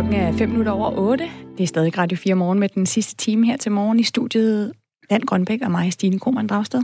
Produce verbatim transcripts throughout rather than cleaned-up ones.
Klokken er fem minutter over otte. Det er stadig Radio fire morgen med den sidste time her til morgen i studiet. Dan Grønbæk og mig, Stine Krohmann Dragsted.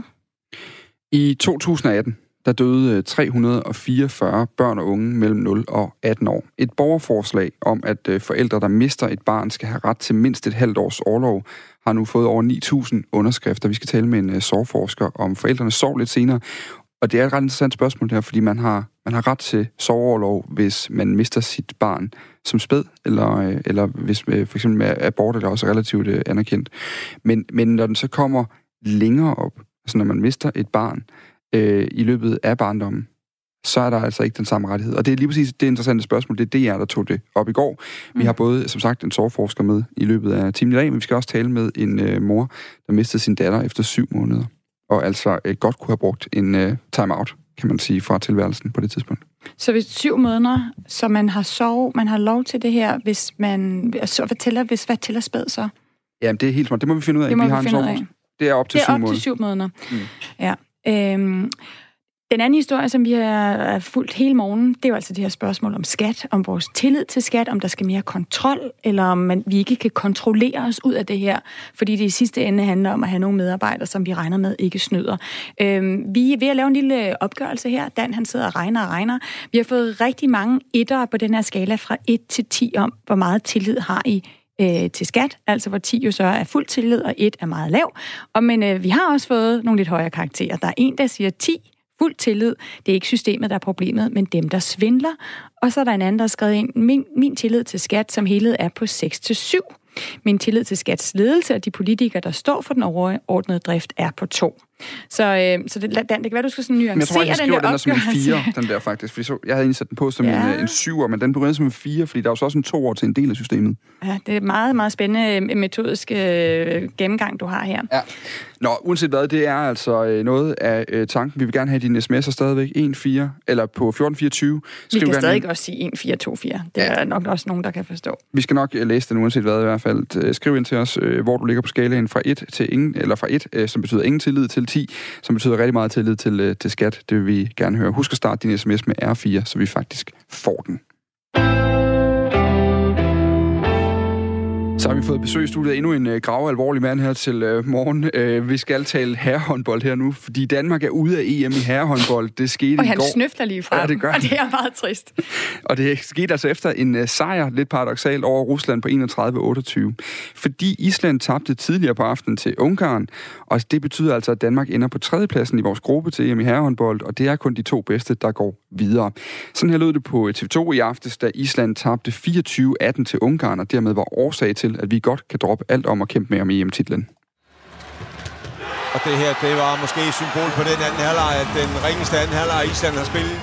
I to tusind og atten der døde tre hundrede og fireogfyrre børn og unge mellem nul og atten år. Et borgerforslag om, at forældre, der mister et barn, skal have ret til mindst et halvt års orlov, har nu fået over ni tusind underskrifter. Vi skal tale med en sorgforsker om forældrenes sorg lidt senere. Og det er et ret interessant spørgsmål der, fordi man har, man har ret til sorgorlov, hvis man mister sit barn som spæd, eller, eller hvis for eksempel med abort, der også er relativt anerkendt. Men, men når den så kommer længere op, altså når man mister et barn øh, i løbet af barndommen, så er der altså ikke den samme rettighed. Og det er lige præcis det interessante spørgsmål. Det er D R, der tog det op i går. Vi mm. har både, som sagt, en sorgforsker med i løbet af timen i dag, men vi skal også tale med en øh, mor, der mistede sin datter efter syv måneder. Og altså øh, godt kunne have brugt en øh, time-out, kan man sige, fra tilværelsen på det tidspunkt. Så hvis syv måneder, så man har sov, man har lov til det her, hvis man... Så hvad tæller, hvis, hvad tæller spæd så? Jamen, det er helt smart. Det må vi finde ud af. Det må vi vi har finde en ud af. Det er op til syv måneder. Det er op måneder. til syv måneder. Mm. Ja. Øhm, den anden historie, som vi har fulgt hele morgen, det er jo altså det her spørgsmål om skat, om vores tillid til skat, om der skal mere kontrol, eller om man, vi ikke kan kontrollere os ud af det her, fordi det i sidste ende handler om at have nogle medarbejdere, som vi regner med ikke snyder. Øhm, vi er ved at lave en lille opgørelse her. Dan, han sidder og regner og regner. Vi har fået rigtig mange etter på den her skala fra et til ti om, hvor meget tillid har I øh, til skat, altså hvor ti jo så er fuld tillid, og et er meget lav. Og, men øh, vi har også fået nogle lidt højere karakterer. Der er en, der siger ti, fuld tillid. Det er ikke systemet, der er problemet, men dem, der svindler. Og så er der en anden, der har skrevet ind, min, min tillid til skat som helhed er på seks til syv. Min tillid til skats ledelse og de politikere, der står for den overordnede drift, er på to. Så, øh, så det, Dan, det kan være, du skal sådan nuancere den her jeg tror, jeg skriver den der som en fire, den der faktisk. Fordi så, jeg havde egentlig sat den på som ja. en, en syver, men den blev reddet som en fire, fordi der er jo så også en to år til en del af systemet. Ja, det er meget, meget spændende metodisk øh, gennemgang, du har her. Ja. Nå, uanset hvad, det er altså noget af øh, tanken. Vi vil gerne have dine sms'er stadigvæk en fire, eller på fjorten fireogtyve. Vi kan stadig ind. Også sige en fire to fire. Det ja. er nok også nogen, der kan forstå. Vi skal nok øh, læse den uanset hvad i hvert fald. Skriv ind til os, øh, hvor du ligger på skalaen fra et til ingen, eller fra et, øh, som betyder ingen tillid, til ti, som betyder rigtig meget tillid til, øh, til skat. Det vil vi gerne høre. Husk at starte din sms med R fire, så vi faktisk får den. Så har vi fået besøg i studiet af endnu en uh, gravalvorlig mand her til uh, morgen. Uh, vi skal tale herrehåndbold her nu, fordi Danmark er ude af E M i herrehåndbold. Det skete i går. Og han snøfter lige fra ja, det gør og det er meget trist. Og det skete altså efter en uh, sejr, lidt paradoksalt, over Rusland på enogtredive otteogtyve. Fordi Island tabte tidligere på aftenen til Ungarn, og det betyder altså, at Danmark ender på tredjepladsen i vores gruppe til E M i herrehåndbold, og det er kun de to bedste, der går videre. Sådan her lød det på T V to i aftes, da Island tabte fireogtyve atten til Ungarn, og dermed var årsag til, at vi godt kan droppe alt om at kæmpe med om E M-titlen. Og det her, det var måske et symbol på den anden halvleg, at den ringeste anden halvleg, Island har spillet.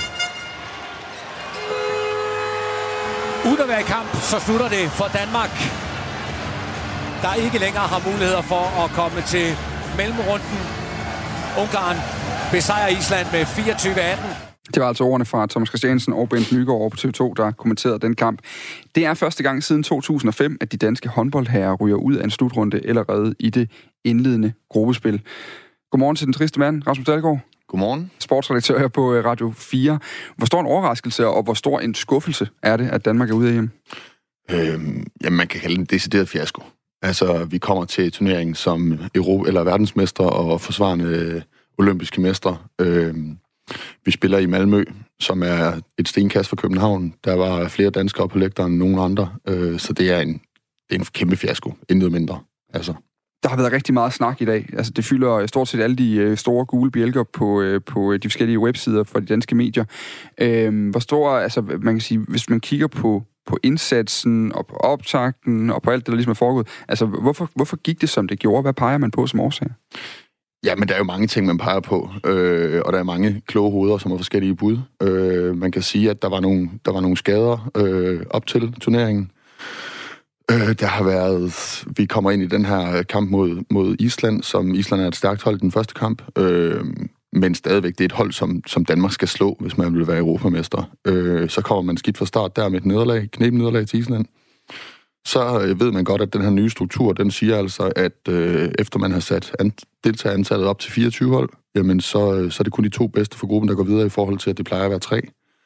Uden at være i kamp, så slutter det for Danmark, der ikke længere har muligheder for at komme til mellemrunden. Ungarn besejrer Island med fireogtyve atten. Det var altså ordene fra Thomas Christiansen og Bent Nygaard over på T V to, der kommenterede den kamp. Det er første gang siden to tusind og fem, at de danske håndboldherrer ryger ud af en slutrunde allerede i det indledende gruppespil. Godmorgen til den triste mand, Rasmus Dalgaard. Godmorgen. Sportsredaktør her på Radio fire. Hvor stor en overraskelse og hvor stor en skuffelse er det, at Danmark er ude af hjem? Øhm, jamen, man kan kalde det en decideret fiasko. Altså, vi kommer til turneringen som Euro- eller verdensmester og forsvarende olympiske mestre. Øhm, Vi spiller i Malmø, som er et stenkast fra København. Der var flere danskere på lægteren end nogen andre, øh, så det er en, det er en kæmpe fiasko, intet mindre. Altså. Der har været rigtig meget snak i dag. Altså, det fylder stort set alle de store gule bjælker på, på de forskellige websider fra de danske medier. Øh, hvor stor, altså man kan sige, hvis man kigger på, på indsatsen og på optakten og på alt det, der ligesom er foregået, altså hvorfor, hvorfor gik det, som det gjorde? Hvad peger man på som årsag? Ja, men der er jo mange ting, man peger på, øh, og der er mange kloge hoveder, som har forskellige bud. Øh, man kan sige, at der var nogle, der var nogle skader øh, op til turneringen. Øh, der har været... Vi kommer ind i den her kamp mod, mod Island, som Island er et stærkt hold i den første kamp, øh, men stadigvæk det er et hold, som, som Danmark skal slå, hvis man vil være europamester. Øh, så kommer man skidt fra start der med et nederlag, knep nederlag til Island. Så ved man godt, at den her nye struktur, den siger altså, at øh, efter man har sat an- deltagerantallet op til fireogtyve hold, jamen så, så er det kun de to bedste for gruppen, der går videre i forhold til, at det plejer at være tre.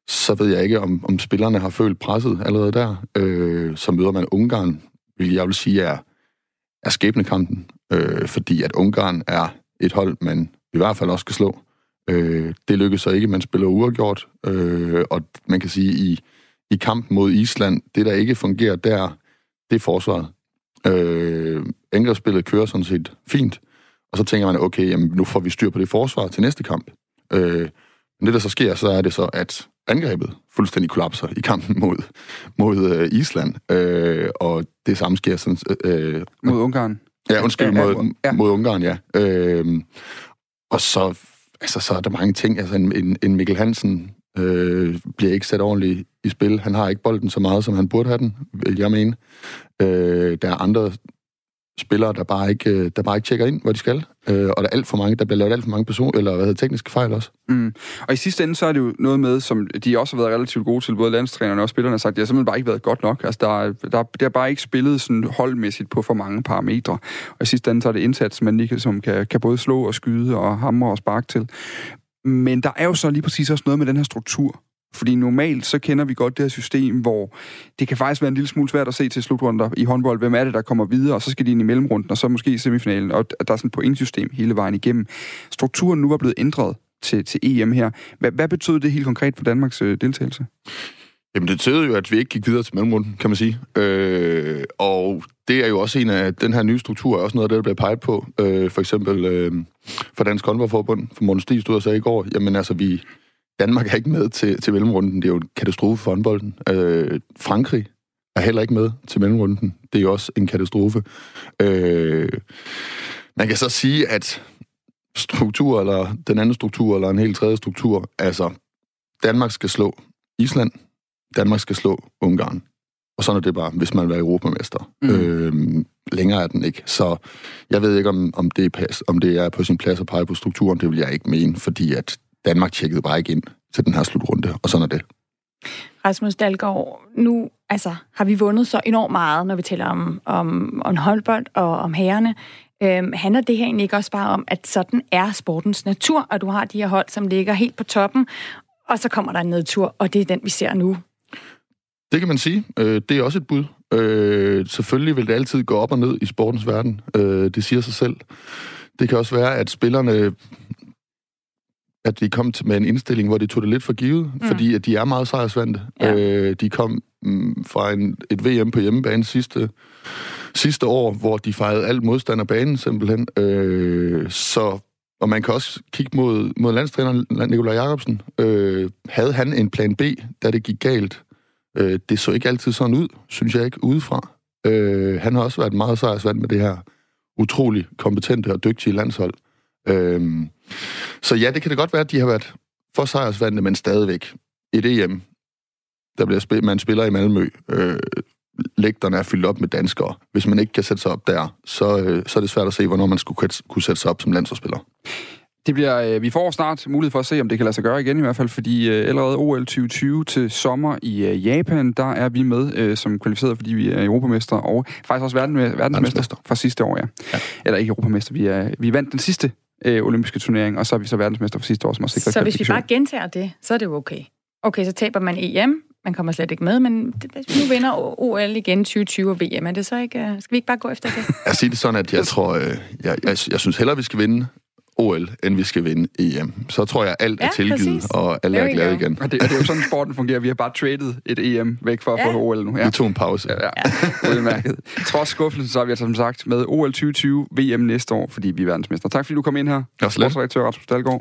så ved jeg ikke, om, om spillerne har følt presset allerede der. Øh, så møder man Ungarn, hvilket jeg vil sige er, er skæbnekampen, øh, fordi at Ungarn er et hold, man i hvert fald også skal slå. Øh, det lykkes så ikke, man spiller uafgjort, øh, og man kan sige, i, i kampen mod Island, det der ikke fungerer der, det er forsvaret. Øh, angrebsspillet kører sådan set fint, og så tænker man, okay, jamen, nu får vi styr på det forsvar til næste kamp. Øh, men det, der så sker, så er det så, at angrebet fuldstændig kollapser i kampen mod, mod øh, Island, øh, og det samme sker sådan... Øh, mod Ungarn? Ja, undskyld, ja, mod, ja. mod Ungarn, ja. Øh, og så, altså, så er der mange ting. Altså, en, en Mikkel Hansen øh, bliver ikke sat ordentligt i spil. Han har ikke bolden så meget, som han burde have den, vil jeg mene. Øh, der er andre spillere, der bare ikke, der bare ikke tjekker ind, hvor de skal. Øh, og der er alt for mange, der bliver lavet alt for mange person, eller hvad hedder, tekniske fejl også. Mm. Og i sidste ende, så er det jo noget med, som de også har været relativt gode til, både landstrænerne og spillerne har sagt, det har simpelthen bare ikke været godt nok. Altså, der, der, der er bare ikke spillet sådan holdmæssigt på for mange parametre. Og i sidste ende, så er det indsats, man lige som kan, kan både slå og skyde og hamre og sparke til. Men der er jo så lige præcis også noget med den her struktur. Fordi normalt, så kender vi godt det her system, hvor det kan faktisk være en lille smule svært at se til slutrunder i håndbold. Hvem er det, der kommer videre, og så skal de ind i mellemrunden, og så måske i semifinalen, og der er sådan et pointsystem hele vejen igennem. Strukturen nu var blevet ændret til, til E M her. Hvad, hvad betød det helt konkret for Danmarks øh, deltagelse? Jamen, det betød jo, at vi ikke gik videre til mellemrunden, kan man sige. Øh, og det er jo også en af den her nye struktur, er også noget af det, der bliver peget på. Øh, for eksempel øh, for Dansk Håndboldforbund, for Morten Stig stod og sagde i går, jamen altså, vi... Danmark er ikke med til, til mellemrunden. Det er jo en katastrofe for håndbolden. Øh, Frankrig er heller ikke med til mellemrunden. Det er jo også en katastrofe. Øh, man kan så sige, at struktur, eller den anden struktur, eller en helt tredje struktur, altså Danmark skal slå Island, Danmark skal slå Ungarn. Og sådan er det bare, hvis man vil være europamester. Mm. Øh, længere er den ikke. Så jeg ved ikke, om, om, det er pas, om det er på sin plads at pege på strukturen. Det vil jeg ikke mene, fordi at Danmark tjekkede bare ikke ind til den her slutrunde, og sådan er det. Rasmus Dalgaard, nu altså, har vi vundet så enormt meget, når vi taler om, om, om håndbold og om herrerne. Øhm, handler det her egentlig ikke også bare om, at sådan er sportens natur, og du har de her hold, som ligger helt på toppen, og så kommer der en nedtur, og det er den, vi ser nu? Det kan man sige. Øh, det er også et bud. Øh, selvfølgelig vil det altid gå op og ned i sportens verden. Øh, det siger sig selv. Det kan også være, at spillerne... at de kom med en indstilling, hvor de tog det lidt for givet, mm. fordi at de er meget sejrsvante. Ja. Øh, de kom mm, fra en, et V M på hjemmebane sidste, sidste år, hvor de fejrede alt modstand af banen simpelthen. Øh, så, og man kan også kigge mod, mod landstræneren Nikolaj Jacobsen. Øh, havde han en plan B, da det gik galt? Øh, det så ikke altid sådan ud, synes jeg ikke, udefra. Øh, han har også været meget sejrsvant med det her utrolig kompetente og dygtige landshold. Øhm, så ja, det kan det godt være, at de har været for sejrsvandte, men stadigvæk et E M, der bliver spil- man spiller i Malmø. Øh, lægterne er fyldt op med danskere. Hvis man ikke kan sætte sig op der, så, øh, så er det svært at se, hvornår man skulle kunne sætte sig op som landsholdsspiller. Det bliver, vi får snart mulighed for at se, om det kan lade sig gøre igen i hvert fald, fordi allerede O L tyve tyve til sommer i Japan, der er vi med som kvalificeret, fordi vi er europamester og faktisk også verden, verdensmester fra sidste år, ja. ja. Eller ikke europamester, vi er vi vandt den sidste øh, olympiske turnering, og så er vi så verdensmester fra sidste år, som har sikret. Så hvis vi bare gentager det, så er det jo okay. Okay, så taber man E M, man kommer slet ikke med, men nu vinder O L igen tyve tyve og V M. Er det så ikke, skal vi ikke bare gå efter det? Jeg siger det sådan, at jeg tror, jeg, jeg, jeg, jeg synes hellere, vi skal vinde O L, end vi skal vinde E M. Så tror jeg, alt er ja, tilgivet, præcis. Og alle er glade igen. Og det, og det er jo sådan, sporten fungerer. Vi har bare traded et E M væk for at ja. få O L nu. Ja. Vi tog en pause. Ja, ja. Udmærket. Trods skuffelsen, så har vi altså som sagt med O L tyve tyve, V M næste år, fordi vi er verdensmester. Tak fordi du kom ind her. Sportsredaktør Rasmus Dalgaard.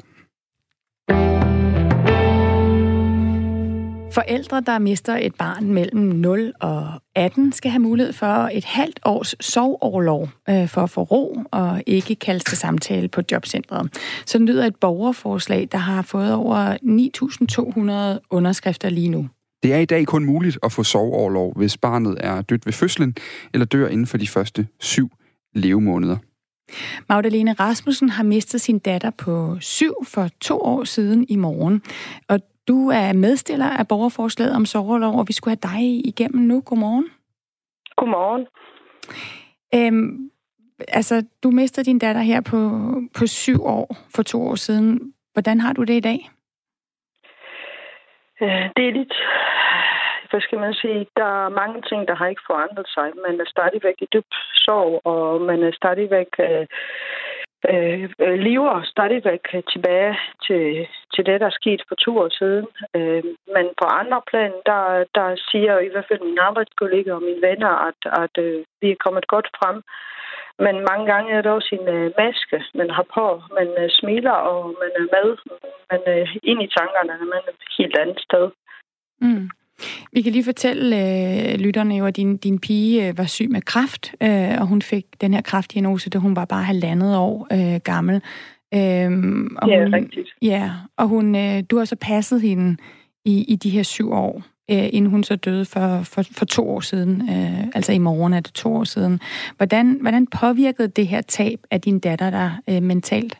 Forældre, der mister et barn mellem nul og atten, skal have mulighed for et halvt års sorgorlov øh, for at få ro og ikke kaldes til samtale på jobcentret. Så lyder et borgerforslag, der har fået over ni tusind to hundrede underskrifter lige nu. Det er i dag kun muligt at få sorgorlov, hvis barnet er dødt ved fødslen eller dør inden for de første syv levemåneder. Magdalene Rasmussen har mistet sin datter på syv for to år siden i morgen. Og du er medstiller af borgerforslaget om sorgorlov, og vi skulle have dig igennem nu. Godmorgen. Godmorgen. Øhm, altså, du mistede din datter her på, på syv år for to år siden. Hvordan har du det i dag? Øh, det er lidt... Hvad skal man sige? Der er mange ting, der har ikke forandret sig. Man er stadigvæk i dyb sorg, og man er stadigvæk... Øh, Øh, lever stadigvæk tilbage til, til det, der er sket for to år siden. Øh, men på andre plan, der, der siger i hvert fald mine arbejdskolleger og mine venner, at, at øh, vi er kommet godt frem. Men mange gange er det også en øh, maske, man har på. Man øh, smiler, og man er med. Man er øh, ind i tankerne, man er et helt andet sted. Mm. Vi kan lige fortælle øh, lytterne jo, at din, din pige øh, var syg med kræft, øh, og hun fik den her kræftdiagnose, da hun var bare halvandet år øh, gammel. Øhm, og det er hun, rigtigt. Ja, og hun, øh, du har så passet hende i, i de her syv år, øh, inden hun så døde for, for, for to år siden. Øh, altså i morgen er det to år siden. Hvordan, hvordan påvirkede det her tab af din datter der øh, mentalt?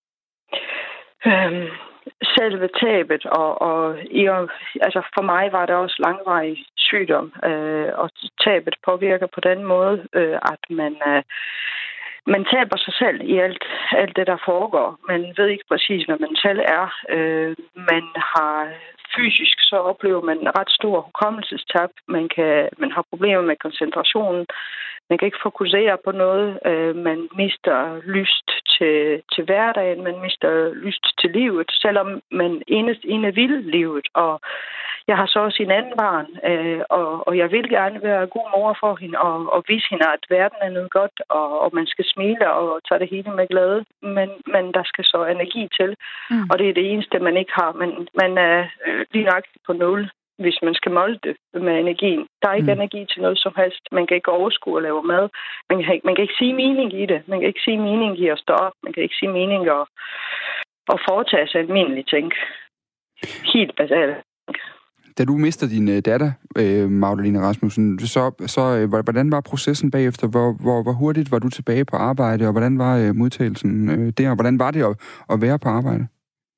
Øhm. Selve tabet, og, og altså for mig var det også langvarig sygdom, øh, og tabet påvirker på den måde, øh, at man, øh, man taber sig selv i alt, alt det, der foregår. Man ved ikke præcis, hvad man selv er. Øh, man har fysisk, så oplever man ret stor hukommelsestab. Man, kan, man har problemer med koncentrationen. Man kan ikke fokusere på noget. Øh, man mister lyst til, til hverdagen. Man mister lyst til livet, selvom man inderst inde vil livet. Og jeg har så også en anden barn, øh, og, og jeg vil gerne være god mor for hende og, og vise hende, at verden er noget godt, og, og man skal smile og tage det hele med glæde. Men, men der skal så energi til, mm. og det er det eneste, man ikke har. Man, man er øh, lige nok på nul, hvis man skal måle det med energien. Der er ikke mm. energi til noget som helst. Man kan ikke overskue og lave mad. Man kan, man kan ikke sige mening i det. Man kan ikke sige mening i at stå op. Man kan ikke sige mening i at, at foretage sig almindelige ting. Helt basalt. Da du mister din uh, datter, uh, Magdalene Rasmussen, så, så uh, hvordan var processen bagefter? Hvor, hvor, hvor hurtigt var du tilbage på arbejde, og hvordan var uh, modtagelsen uh, der? Hvordan var det at, at være på arbejde?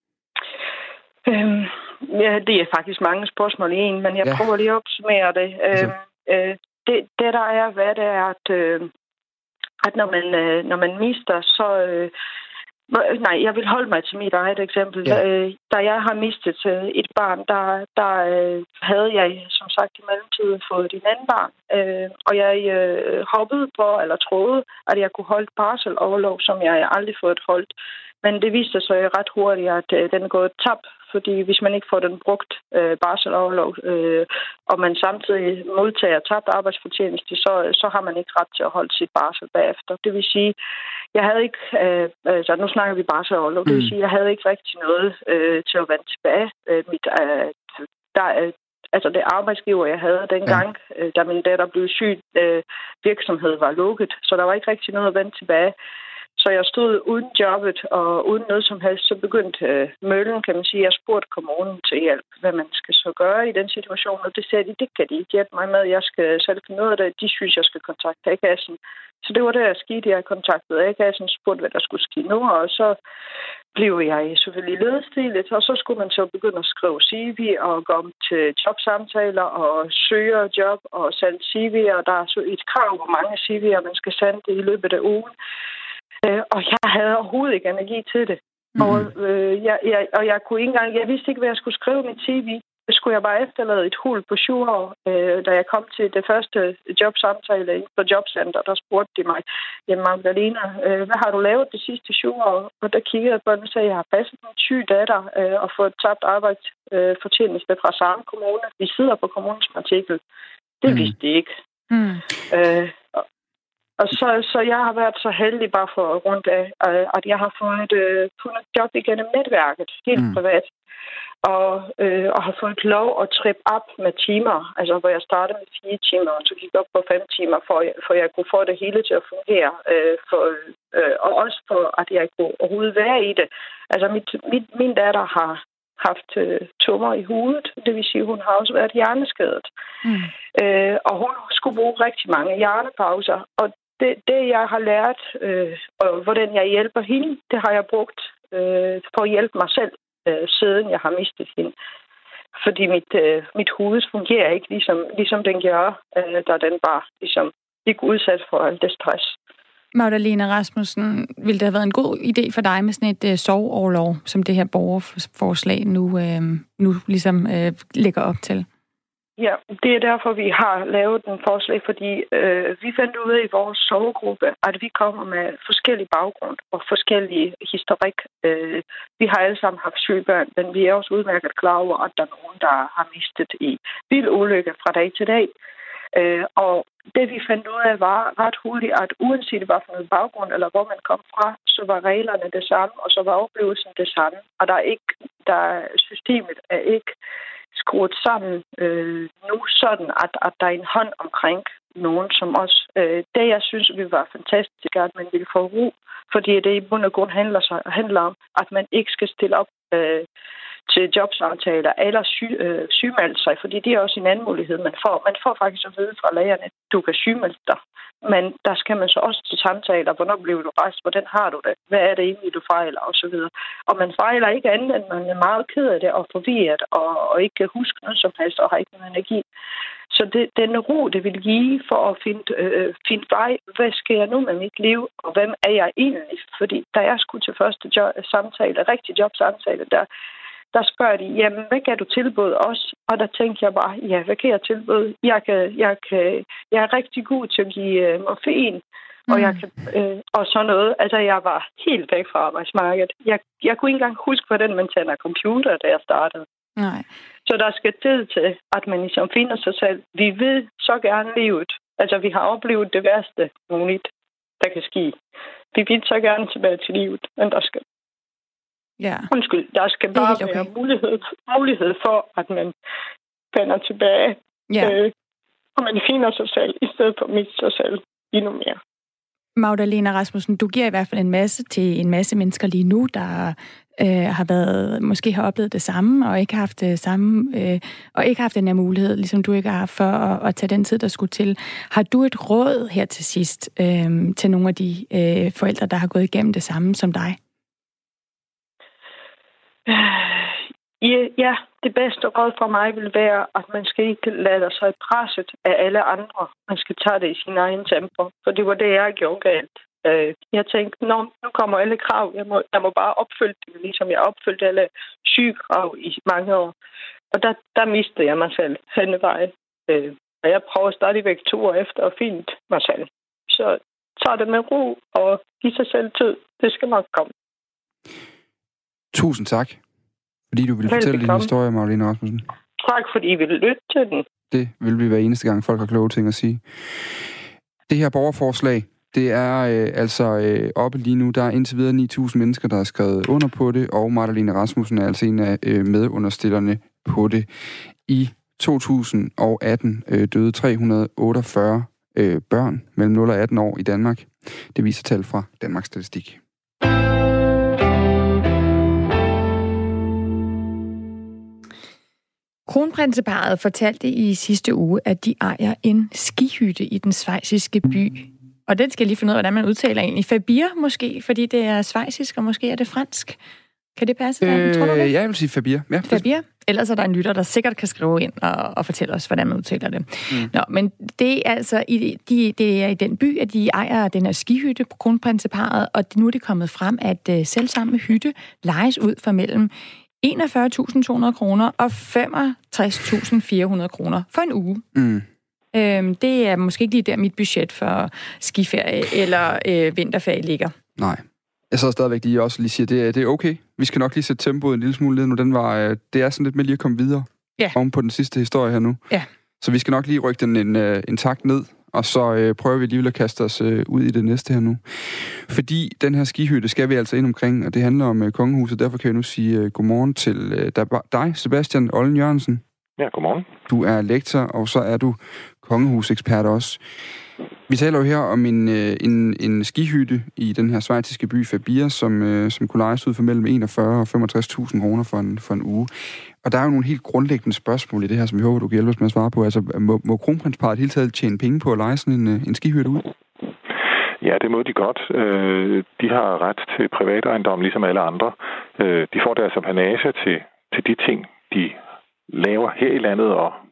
Øhm, ja, det er faktisk mange spørgsmål i en, men jeg ja. prøver lige at opsummere det. Altså. Øhm, øh, det. Det, der er, hvad det er, at, øh, at når, man, øh, når man mister, så... Øh, Nej, jeg vil holde mig til mit eget eksempel. Ja. Da jeg har mistet et barn, der, der havde jeg, som sagt, i mellemtiden fået et anden barn. Og jeg hoppede på, eller troede, at jeg kunne holde barseloverlov, som jeg aldrig fået holdt. Men det viste sig ret hurtigt, at den er gået tabt, fordi hvis man ikke får den brugt øh, barseloverlov, øh, og man samtidig modtager tabt arbejdsfortjeneste, så, så har man ikke ret til at holde sit barsel bagefter. Det vil sige, jeg havde ikke, øh, altså nu snakker vi barseloverlov, det vil sige, jeg havde ikke rigtig noget øh, til at vende tilbage. Øh, mit, øh, der, øh, altså det arbejdsgiver, jeg havde dengang, ja. øh, da min datter blev syg, øh, virksomhed var lukket, så der var ikke rigtig noget at vende tilbage. Så jeg stod uden jobbet og uden noget som helst, så begyndte øh, møllen, kan man sige, jeg spurgte kommunen til hjælp, hvad man skal så gøre i den situation, og det sagde de, det kan de ikke hjælpe mig med, jeg skal selv finde ud af det, de synes, jeg skal kontakte A-kassen. Så det var det, jeg skete, jeg kontaktede A-kassen, spurgte, hvad der skulle ske nu, og så blev jeg selvfølgelig ledestilet, og så skulle man så begynde at skrive C V og gå om til jobsamtaler og søge job og sende C V'er, og der er så et krav, hvor mange C V'er man skal sende i løbet af ugen. Øh, og jeg havde overhovedet ikke energi til det. Mm. Og, øh, jeg, jeg, og jeg kunne ikke engang, jeg vidste ikke, hvad jeg skulle skrive i mit C V. Så skulle jeg bare efterlade et hul på syv år, øh, da jeg kom til det første jobsamtale på Jobcenter. Der spurgte de mig, jamen Magdalena, øh, hvad har du lavet de sidste syv år? Og der kiggede jeg på den og sagde, jeg har passet min syge datter øh, og fået tabt arbejdsfortjeneste øh, fra samme kommune. Vi sidder på kommunens artikel. Det mm. vidste de ikke. Mm. Øh, Og så, så jeg har været så heldig bare for rundt af, at jeg har fået et, fundet et job igennem netværket, helt mm. privat. Og, øh, og har fået lov at trippe op med timer, altså hvor jeg startede med fire timer, og så gik op på fem timer, for, for jeg kunne få det hele til at fungere. Øh, for, øh, og også for, at jeg kunne overhovedet være i det. Altså mit, mit, min datter har haft øh, tumor i hovedet, det vil sige, hun har også været hjerneskadet. Mm. Øh, og hun skulle bruge rigtig mange hjernepauser, og Det, det, jeg har lært, øh, og hvordan jeg hjælper hende, det har jeg brugt øh, for at hjælpe mig selv, øh, siden jeg har mistet hende. Fordi mit, øh, mit hoved fungerer ikke, ligesom, ligesom den gør, øh, da den bare ligesom, ikke udsat for alt det stress. Magdalena Rasmussen, ville det have været en god idé for dig med sådan et uh, sorgorlov, som det her borgerforslag nu, uh, nu ligesom uh, lægger op til? Ja, det er derfor, vi har lavet den forslag, fordi øh, vi fandt ud af i vores sovegruppe, at vi kommer med forskellige baggrund og forskellige historik. Øh, vi har alle sammen haft syge børn, men vi er også udmærket klar over, at der er nogen, der har mistet i vild ulykke fra dag til dag. Øh, og det vi fandt ud af var ret hurtigt, at uanset hvad for noget baggrund eller hvor man kom fra, så var reglerne det samme, og så var oplevelsen det samme. Og der er ikke, der systemet er ikke skruet sammen øh, nu sådan, at, at der er en hånd omkring nogen som os. Øh, det, jeg synes, vi var fantastisk, at man ville få ro, fordi det i bund og grund handler, sig, handler om, at man ikke skal stille op øh, til jobsamtaler eller syg, øh, sygemelde sig, fordi det er også en anden mulighed, man får. Man får faktisk at vide fra lægerne, at du kan sygemelde dig, men der skal man så også til samtaler, hvornår bliver du rejst, hvordan har du det, hvad er det egentlig, du fejler, og så videre. Og man fejler ikke andet, end man er meget ked af det og forvirret, og, og ikke kan huske noget som helst, og har ikke noget energi. Så det, den ro, det vil give for at finde, øh, finde vej, hvad sker jeg nu med mit liv, og hvem er jeg egentlig? Fordi da jeg skulle til første job, samtale, rigtig jobsamtale, der Der spørger de, jamen, hvad kan du tilbyde os? Og der tænkte jeg bare, ja, hvad kan jeg tilbyde? Jeg, kan, jeg, kan, jeg er rigtig god til at give uh, morfin, mm. og, jeg kan, øh, og sådan noget. Altså, jeg var helt væk fra arbejdsmarkedet. Jeg, jeg kunne ikke engang huske, hvordan man tænder computer, da jeg startede. Nej. Så der skal tid til, at man ligesom finder sig selv. Vi vil så gerne livet. Altså, vi har oplevet det værste muligt, der kan ske. Vi vil så gerne tilbage til livet, men der skal Ja. Undskyld, der skal bare okay. være mulighed, mulighed for, at man vender tilbage, ja. øh, og man finder sig selv, i stedet for at miste sig selv endnu mere. Magdalena Rasmussen, du giver i hvert fald en masse til en masse mennesker lige nu, der øh, har været, måske har oplevet det samme, og ikke haft det samme, øh, og ikke haft den her mulighed, ligesom du ikke har haft for at, at tage den tid, der skulle til. Har du et råd her til sidst øh, til nogle af de øh, forældre, der har gået igennem det samme som dig? Ja, det bedste råd for mig vil være, at man skal ikke lade sig presset af alle andre. Man skal tage det i sin egen tempo, for det var det, jeg gjorde galt. Jeg tænkte, Nå, nu kommer alle krav. Jeg må, jeg må bare opfylde det, ligesom jeg opfyldte alle sygekrav i mange år. Og der, der mistede jeg mig selv hen ad vejen. Og jeg prøver stadigvæk to år efter at finde mig selv. Så tag det med ro og giv sig selv tid. Det skal nok komme. Tusind tak, fordi du ville fortælle din historie, Magdalena Rasmussen. Tak, fordi I ville lytte til den. Det vil vi hver eneste gang, folk har kloge ting at sige. Det her borgerforslag, det er øh, altså øh, oppe lige nu. Der er indtil videre ni tusind mennesker, der har skrevet under på det, og Magdalena Rasmussen er altså en af øh, medunderstillerne på det. I to tusind og atten øh, døde tre hundrede og otteogfyrre øh, børn mellem nul og atten år i Danmark. Det viser tal fra Danmarks Statistik. Kronprinseparret fortalte i sidste uge, at de ejer en skihytte i den schweiziske by. Og den skal jeg lige finde ud af, hvordan man udtaler egentlig. Fabir måske, fordi det er schweizisk, og måske er det fransk. Kan det passe? Øh, Tror du det? Ja, jeg vil sige Fabir. Ja, Fabir? Ellers er der en lytter, der sikkert kan skrive ind og, og fortælle os, hvordan man udtaler det. Mm. Nå, men det er altså i, de, det er i den by, at de ejer den her skihytte på Kronprinseparret, og nu er det kommet frem, at uh, selv samme hytte lejes ud for mellem enogfyrre tusind to hundrede kroner og femogtres tusind fire hundrede kroner for en uge. Mm. Øhm, det er måske ikke lige der, mit budget for skiferie eller øh, vinterferie ligger. Nej. Jeg så stadigvæk lige også lige siger, det er, det er okay. Vi skal nok lige sætte tempoet en lille smule ned nu. Den var, det er sådan lidt med lige at komme videre ja. Oven på den sidste historie her nu. Ja. Så vi skal nok lige rykke den en, en takt ned, og så øh, prøver vi alligevel at kaste os øh, ud i det næste her nu. Fordi den her skihytte skal vi altså ind omkring, og det handler om øh, kongehuset. Derfor kan jeg nu sige øh, godmorgen til øh, dig, Sebastian Ollen Jørgensen. Ja, godmorgen. Du er lektor, og så er du kongehusekspert også. Vi taler jo her om en, en, en skihytte i den her schweiziske by Fabir, som, som kunne lejes ud for mellem enogfyrre og femogtres tusind kroner for en, for en uge. Og der er jo nogle helt grundlæggende spørgsmål i det her, som vi håber, du kan hjælpe os med at svare på. Altså, må, må kronprinsparret hele taget tjene penge på at leje sådan en, en skihytte ud? Ja, det må de godt. De har ret til privatejendom, ligesom alle andre. De får deres apanage til, til de ting, de laver her i landet og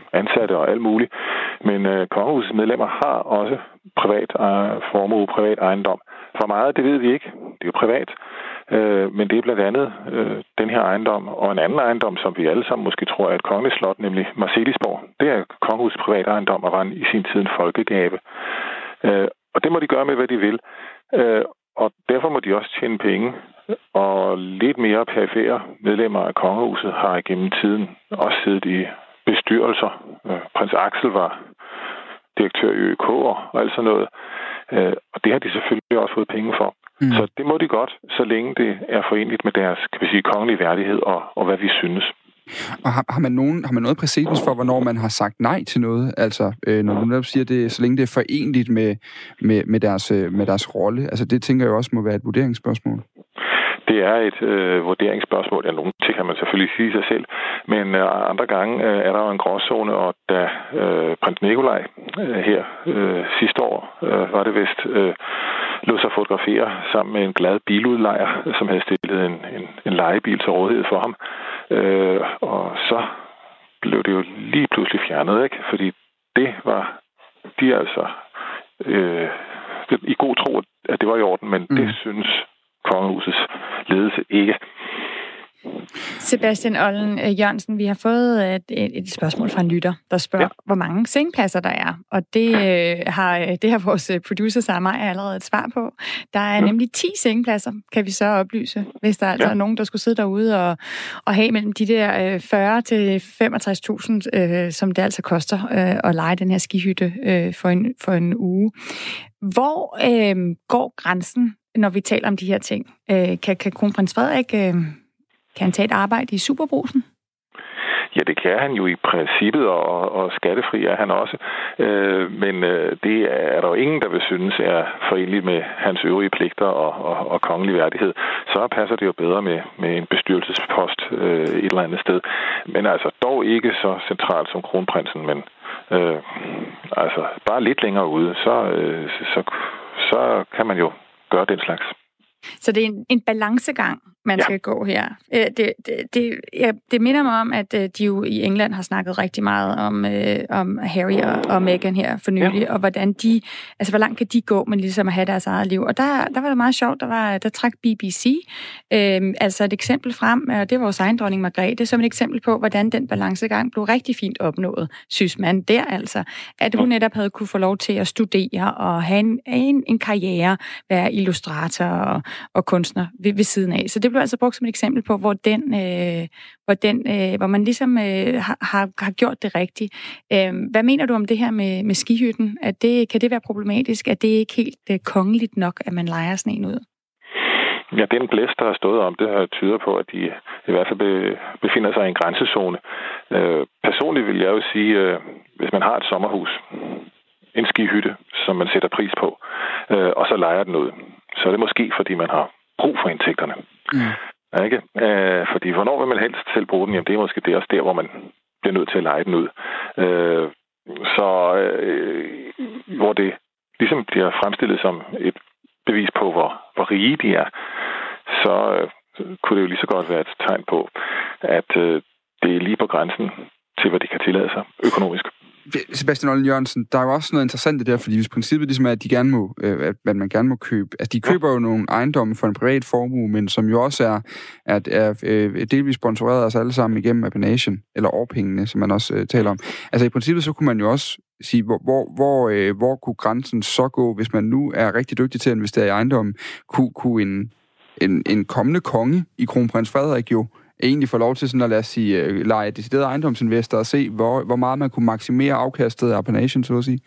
ansatte og alt muligt. Men øh, kongehusets medlemmer har også privat øh, formue, privat ejendom. For meget, det ved vi ikke. Det er jo privat. Øh, men det er blandt andet øh, den her ejendom og en anden ejendom, som vi alle sammen måske tror er et kongeligt slot, nemlig Marselisborg. Det er kongehusets privat ejendom og var i sin tid en folkegave. Øh, og det må de gøre med, hvad de vil. Øh, og derfor må de også tjene penge. Og lidt mere perifære medlemmer af kongehuset har igennem tiden også siddet i bestyrelser. Øh, Prins Axel var direktør i Ø K og alt sådan noget. Øh, og det har de selvfølgelig også fået penge for. Mm. Så det må de godt, så længe det er forenligt med deres, kan vi sige, kongelige værdighed og, og hvad vi synes. Og har, har, man nogen, har man noget præcedens for, hvornår man har sagt nej til noget? Altså, øh, når du netop siger det, så længe det er forenligt med, med, med, deres, med deres rolle. Altså, det tænker jeg også må være et vurderingsspørgsmål. Det er et øh, vurderingsspørgsmål. Ja, nogle ting kan man selvfølgelig sige sig selv, men øh, andre gange øh, er der jo en gråzone, og da øh, prins Nikolaj øh, her øh, sidste år, øh, var det vist, øh, lod sig fotografere sammen med en glad biludlejer, som havde stillet en, en, en lejebil til rådighed for ham. Øh, og så blev det jo lige pludselig fjernet, ikke? Fordi det var de altså øh, i god tro, at det var i orden, men mm. det synes kongehusets ledelse ikke. Sebastian Ollen Jørgensen, vi har fået et, et, et spørgsmål fra en lytter, der spørger, ja. hvor mange sengepladser der er. Og det, øh, har, det har vores producer Sarah Meyer allerede et svar på. Der er ja. nemlig ti sengepladser, kan vi så oplyse, hvis der altså ja. er nogen, der skulle sidde derude og, og have mellem de der øh, fyrre til femogtres tusind, øh, som det altså koster øh, at leje den her skihytte øh, for, en, for en uge. Hvor øh, går grænsen, når vi taler om de her ting? Øh, kan, kan kronprins Frederik... Øh, Kan han tage et arbejde i Superbrugsen? Ja, det kan han jo i princippet, og, og skattefri er han også. Øh, men øh, det er der jo ingen, der vil synes er forenligt med hans øvrige pligter og, og, og kongelig værdighed. Så passer det jo bedre med, med en bestyrelsespost øh, et eller andet sted. Men altså dog ikke så centralt som kronprinsen, men øh, altså bare lidt længere ude, så, øh, så, så kan man jo gøre den slags. Så det er en, en balancegang, man ja. skal gå her. Det, det, det, ja, det minder mig om, at de jo i England har snakket rigtig meget om, øh, om Harry og, og Meghan her for nylig, ja. og hvordan de, altså hvor langt kan de gå med ligesom at have deres eget liv. Og der, der var det meget sjovt, der, var, der trak B B C øh, altså et eksempel frem, og det var vores egen dronning Margrethe, som et eksempel på, hvordan den balancegang blev rigtig fint opnået, synes man der altså. At hun netop havde kunne få lov til at studere og have en, en, en karriere, være illustrator og, og kunstner ved, ved siden af. Så det blev altså brugt som et eksempel på, hvor den, øh, hvor, den øh, hvor man ligesom øh, har, har gjort det rigtigt. Øh, hvad mener du om det her med, med skihytten? At det, kan det være problematisk? At det ikke helt øh, kongeligt nok, at man lejer sådan en ud? Ja, den blæst, der har stået om det, har tyder på, at de i hvert fald befinder sig i en grænsezone. Øh, personligt vil jeg jo sige, øh, hvis man har et sommerhus, en skihytte, som man sætter pris på, øh, og så lejer den ud, så er det måske, fordi man har brug for indtægterne. Mm. Ja, ikke? Øh, fordi hvornår vil man helst selv bruge den? Jamen, det er måske det også der, hvor man bliver nødt til at leje den ud. Øh, så øh, hvor det ligesom bliver fremstillet som et bevis på, hvor, hvor rige de er, så øh, kunne det jo lige så godt være et tegn på, at øh, det er lige på grænsen til, hvad de kan tillade sig økonomisk. Sebastian Ollen Jørgensen, der er jo også noget interessant det der, fordi hvis princippet ligesom er, at de gerne må, øh, at man gerne må købe, altså de køber jo nogle ejendomme for en privat formue, men som jo også er, at er øh, delvis sponsoreret os alle sammen igennem Apanagen, eller årpengene, som man også øh, taler om. Altså i princippet så kunne man jo også sige, hvor, hvor, hvor, øh, hvor kunne grænsen så gå, hvis man nu er rigtig dygtig til at investere i ejendommen, kunne, kunne en, en, en kommende konge i kronprins Frederik jo egentlig få lov til sådan at lade os sige, lege deciderede ejendomsinvestorer og se, hvor, hvor meget man kunne maksimere afkastet af Apanagen, så at sige?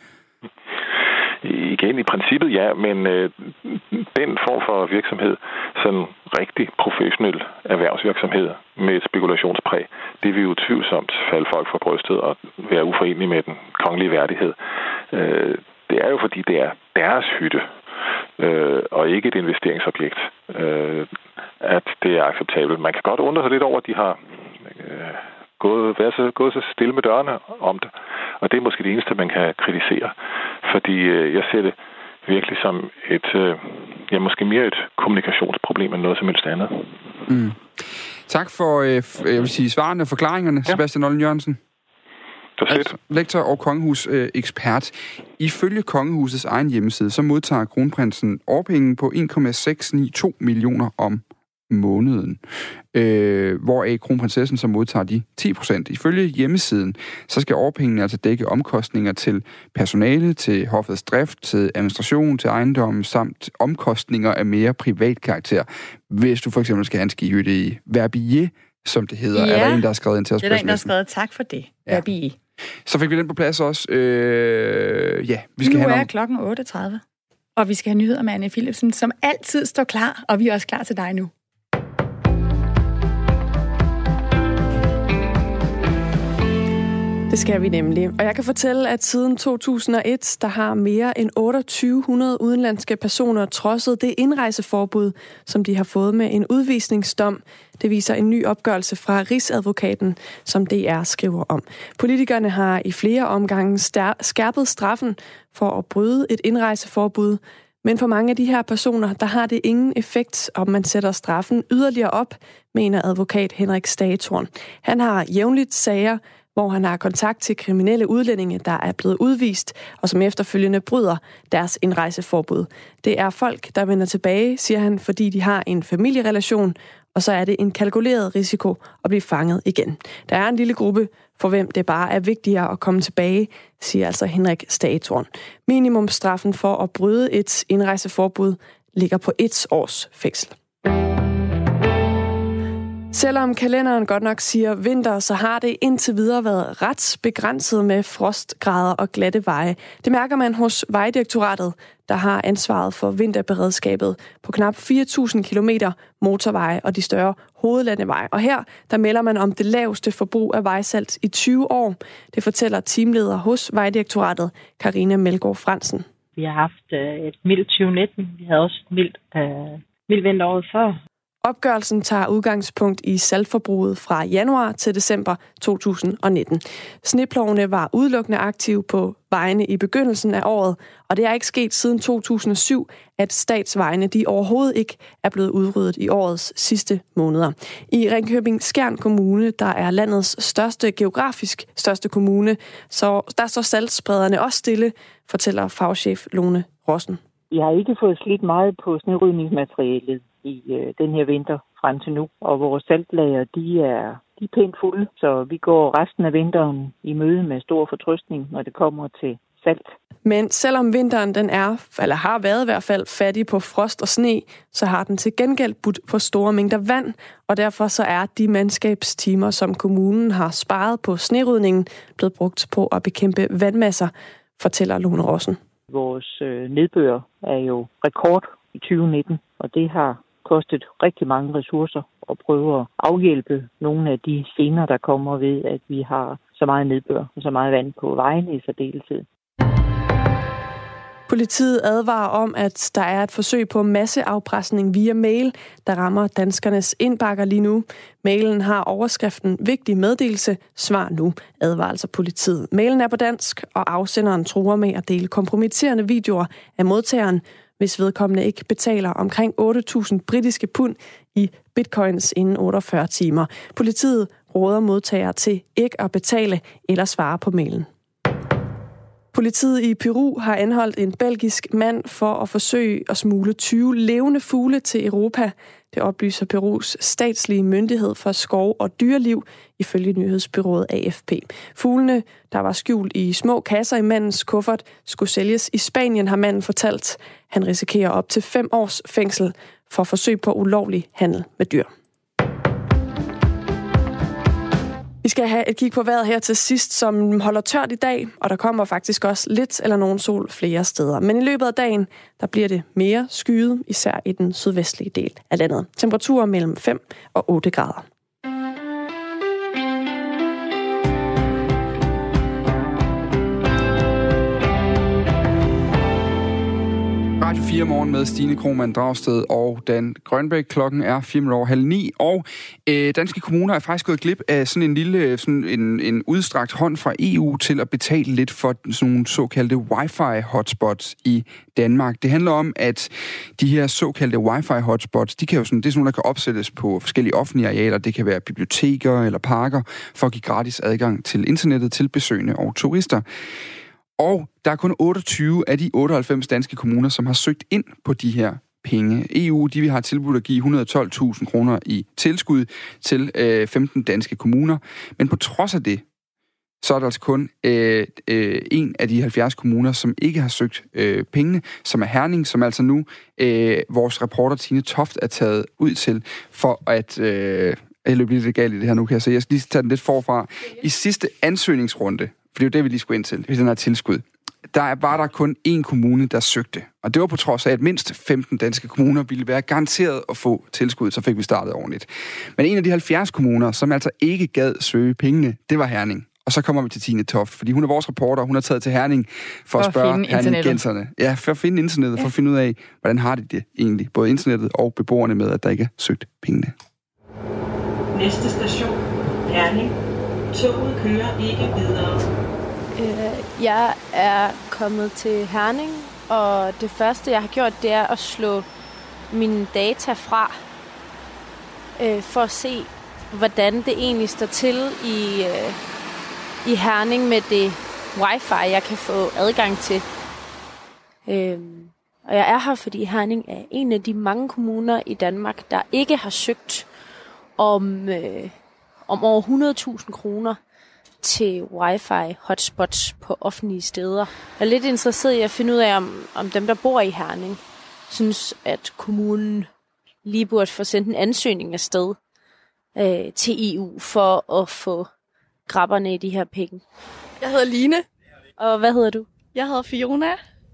Igen, i princippet ja, men øh, den form for virksomhed, sådan rigtig professionel erhvervsvirksomhed med et spekulationspræg, det vil jo tvivlsomt falde folk fra brystet og være uforenelig med den kongelige værdighed. Øh, det er jo fordi, det er deres hytte, øh, og ikke et investeringsobjekt, øh, at det er acceptabelt. Man kan godt undre sig lidt over, at de har øh, gået, været så, gået så stille med dørene om det. Og det er måske det eneste, man kan kritisere. Fordi øh, jeg ser det virkelig som et, øh, ja, måske mere et kommunikationsproblem end noget som helst andet. Mm. Tak for, øh, jeg vil sige, svarene og forklaringerne, ja. Sebastian Ollen Jørgensen. Så fedt. Altså, lektor og kongehus-ekspert. Ifølge kongehusets egen hjemmeside, så modtager kronprinsen årpenge på en komma seks ni to millioner om måneden, øh, hvoraf kronprinsessen så modtager de ti procent. Ifølge hjemmesiden, så skal årpengene altså dække omkostninger til personale, til hoffets drift, til administration, til ejendommen, samt omkostninger af mere privat karakter. Hvis du for eksempel skal have en skihytte i Verbier, som det hedder, ja, er der en, der har skrevet ind til os. Det er der en, der har skrevet. Tak for det, ja. Verbier. Så fik vi den på plads også. Øh, ja, vi skal nu have er nogle... klokken otte tredive, og vi skal have nyheder med Anne Philipsen, som altid står klar, og vi er også klar til dig nu. Det skal vi nemlig. Og jeg kan fortælle, at siden to tusind og et, der har mere end otteogtyve hundrede udenlandske personer trodset det indrejseforbud, som de har fået med en udvisningsdom. Det viser en ny opgørelse fra Rigsadvokaten, som D R skriver om. Politikerne har i flere omgange skærpet straffen for at bryde et indrejseforbud. Men for mange af de her personer, der har det ingen effekt, om man sætter straffen yderligere op, mener advokat Henrik Stagetorn. Han har jævnligt sager, hvor han har kontakt til kriminelle udlændinge, der er blevet udvist, og som efterfølgende bryder deres indrejseforbud. Det er folk, der vender tilbage, siger han, fordi de har en familierelation, og så er det en kalkuleret risiko at blive fanget igen. Der er en lille gruppe, for hvem det bare er vigtigere at komme tilbage, siger altså Henrik Stagetorn. Minimumstraffen for at bryde et indrejseforbud ligger på et års fængsel. Selvom kalenderen godt nok siger vinter, så har det indtil videre været ret begrænset med frostgrader og glatte veje. Det mærker man hos Vejdirektoratet, der har ansvaret for vinterberedskabet på knap fire tusind kilometer motorveje og de større hovedlandeveje. Og her, der melder man om det laveste forbrug af vejsalt i tyve år. Det fortæller teamleder hos Vejdirektoratet, Karina Melgaard Fransen. Vi har haft et mildt tyve nitten. Vi havde også et mildt, øh, mildt vinter året før. Opgørelsen tager udgangspunkt i saltforbruget fra januar til december to tusind og nitten. Sneplovene var udelukkende aktive på vejene i begyndelsen af året, og det er ikke sket siden to tusind og syv, at statsvejene de overhovedet ikke er blevet udryddet i årets sidste måneder. I Ringkøbing-Skjern Kommune, der er landets største geografisk største kommune, så der står saltsprederne også stille, fortæller fagchef Lone Rossen. Jeg har ikke fået slidt meget på snerydningsmaterialet i øh, den her vinter frem til nu, og vores saltlager, de er, de er pænt fulde, så vi går resten af vinteren i møde med stor fortrøstning, når det kommer til salt. Men selvom vinteren den er, eller har været i hvert fald, fattig på frost og sne, så har den til gengæld budt på store mængder vand, og derfor så er de mandskabstimer, som kommunen har sparet på snerydningen, blevet brugt på at bekæmpe vandmasser, fortæller Lone Rossen. Vores øh, nedbør er jo rekord i tyve nitten, og det har kostet rigtig mange ressourcer at prøve at afhjælpe nogle af de gener, der kommer ved, at vi har så meget nedbør og så meget vand på vejene i særdeleshed. Politiet advarer om, at der er et forsøg på masseafpresning via mail, der rammer danskernes indbakker lige nu. Mailen har overskriften vigtig meddelelse, svar nu, advarer altså politiet. Mailen er på dansk, og afsenderen truer med at dele kompromitterende videoer af modtageren, hvis vedkommende ikke betaler omkring otte tusind britiske pund i bitcoins inden otteogfyrre timer. Politiet råder modtagere til ikke at betale eller svare på mailen. Politiet i Peru har anholdt en belgisk mand for at forsøge at smule tyve levende fugle til Europa. Det oplyser Perus statslige myndighed for skov og dyreliv, ifølge nyhedsbyrået A F P. Fuglene, der var skjult i små kasser i mandens kuffert, skulle sælges i Spanien, har manden fortalt. Han risikerer op til fem års fængsel for forsøg på ulovlig handel med dyr. Vi skal have et kig på vejret her til sidst, som holder tørt i dag, og der kommer faktisk også lidt eller nogen sol flere steder. Men i løbet af dagen, der bliver det mere skyet, især i den sydvestlige del af landet. Temperaturer mellem fem og otte grader. Radio fire morgen med Stine Krohmann Dragsted og Dan Grønbæk. Klokken er fire minutter over halv ni, og øh, danske kommuner er faktisk gået glip af sådan en lille, sådan en, en udstrakt hånd fra E U til at betale lidt for sådan nogle såkaldte wifi-hotspots i Danmark. Det handler om, at de her såkaldte wifi-hotspots, de kan jo sådan, det er sådan nogle, der kan opsættes på forskellige offentlige arealer. Det kan være biblioteker eller parker for at give gratis adgang til internettet til besøgende og turister. Og der er kun otteogtyve af de otteoghalvfems danske kommuner, som har søgt ind på de her penge. E U de vil have tilbudt at give et hundrede og tolv tusind kroner i tilskud til øh, femten danske kommuner. Men på trods af det, så er der altså kun øh, øh, en af de halvfjerds kommuner, som ikke har søgt øh, pengene, som er Herning, som altså nu øh, vores reporter Tine Toft er taget ud til, for at... Øh, jeg løber lidt galt i det her nu, kan jeg se. Jeg skal lige tage den lidt forfra. I sidste ansøgningsrunde, for det er jo det, vi lige skulle ind til, i den her tilskud, der var der kun én kommune, der søgte. Og det var på trods af, at mindst femten danske kommuner ville være garanteret at få tilskud, så fik vi startet ordentligt. Men en af de halvfjerds kommuner, som altså ikke gad søge pengene, det var Herning. Og så kommer vi til Tine Toft, fordi hun er vores reporter, hun er taget til Herning for, for at spørge herningenserne. Ja, for at finde internettet, ja. For at finde ud af, hvordan har de det egentlig, både internettet og beboerne med, at der ikke er søgt pengene. Næste station, Herning. Toget kører ikke videre. Øh, jeg er kommet til Herning, og det første, jeg har gjort, det er at slå mine data fra, øh, for at se, hvordan det egentlig står til i, øh, i Herning med det wifi, jeg kan få adgang til. Øh, og jeg er her, fordi Herning er en af de mange kommuner i Danmark, der ikke har søgt om, øh, om over hundrede tusind kroner til wifi-hotspots på offentlige steder. Jeg er lidt interesseret i at finde ud af, om, om dem, der bor i Herning, synes, at kommunen lige burde få sendt en ansøgning afsted øh, til E U for at få grabberne i de her penge. Jeg hedder Line. Og hvad hedder du? Jeg hedder Fiona.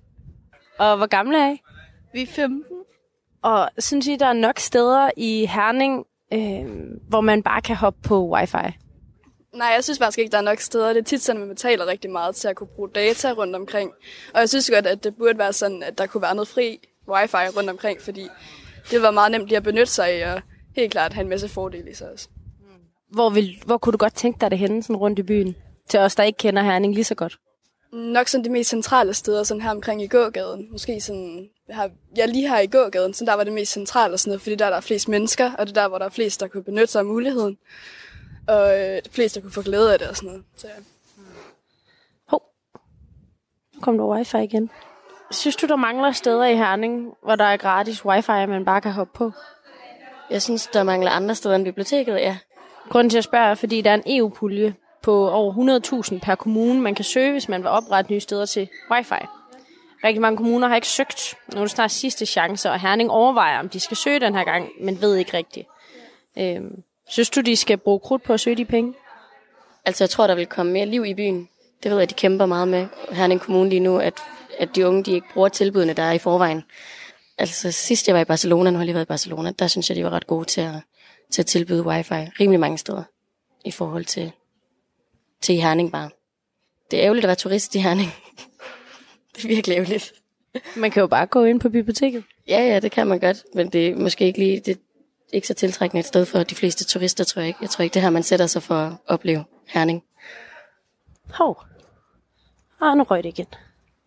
Og hvor gamle er I? Vi er femten. Og synes I, der er nok steder i Herning, øh, hvor man bare kan hoppe på wifi? Nej, jeg synes faktisk ikke, der er nok steder. Det er tit sådan, at man betaler rigtig meget til at kunne bruge data rundt omkring. Og jeg synes godt, at det burde være sådan, at der kunne være noget fri wifi rundt omkring, fordi det var meget nemt lige at benytte sig af, og helt klart have en masse fordele i sig også. Hvor, vil, hvor kunne du godt tænke dig det henne, sådan rundt i byen? Til os, der ikke kender Herning lige så godt. Nok sådan de mest centrale steder, sådan her omkring i gågaden. Måske sådan, her, ja, lige her i gågaden, så der var det mest centrale og sådan noget, fordi der, der er flest mennesker, og det er der, hvor der er flest, der kunne benytte sig af muligheden. Og øh, de fleste, der kunne få glæde af det og sådan noget. Så, ja. Hov, nu kom der wifi igen. Synes du, der mangler steder i Herning, hvor der er gratis wifi, man bare kan hoppe på? Jeg synes, der mangler andre steder end biblioteket, ja. Grunden til at spørge er, fordi der er en E U-pulje på over hundrede tusind per kommune, man kan søge, hvis man vil oprette nye steder til wifi. Rigtig mange kommuner har ikke søgt. Nu er det snart sidste chance, og Herning overvejer, om de skal søge den her gang, men ved ikke rigtigt. Øhm, synes du, de skal bruge krudt på at søge de penge? Altså, jeg tror, der vil komme mere liv i byen. Det ved jeg, de kæmper meget med Herning Kommune lige nu, at, at de unge, de ikke bruger tilbudene, der er i forvejen. Altså, sidst jeg var i Barcelona, nu har jeg lige været i Barcelona, der synes jeg, de var ret gode til at, til at tilbyde wifi rimelig mange steder i forhold til, til Herning bare. Det er ærgerligt at være turist i Herning. Det er virkelig ærgerligt. Man kan jo bare gå ind på biblioteket. Ja, ja, det kan man godt, men det er måske ikke lige... Det, ikke så tiltrækkende et sted for de fleste turister, tror jeg ikke. Jeg tror ikke, det her, man sætter sig for at opleve Herning. Hov. Ah, nu røg det igen.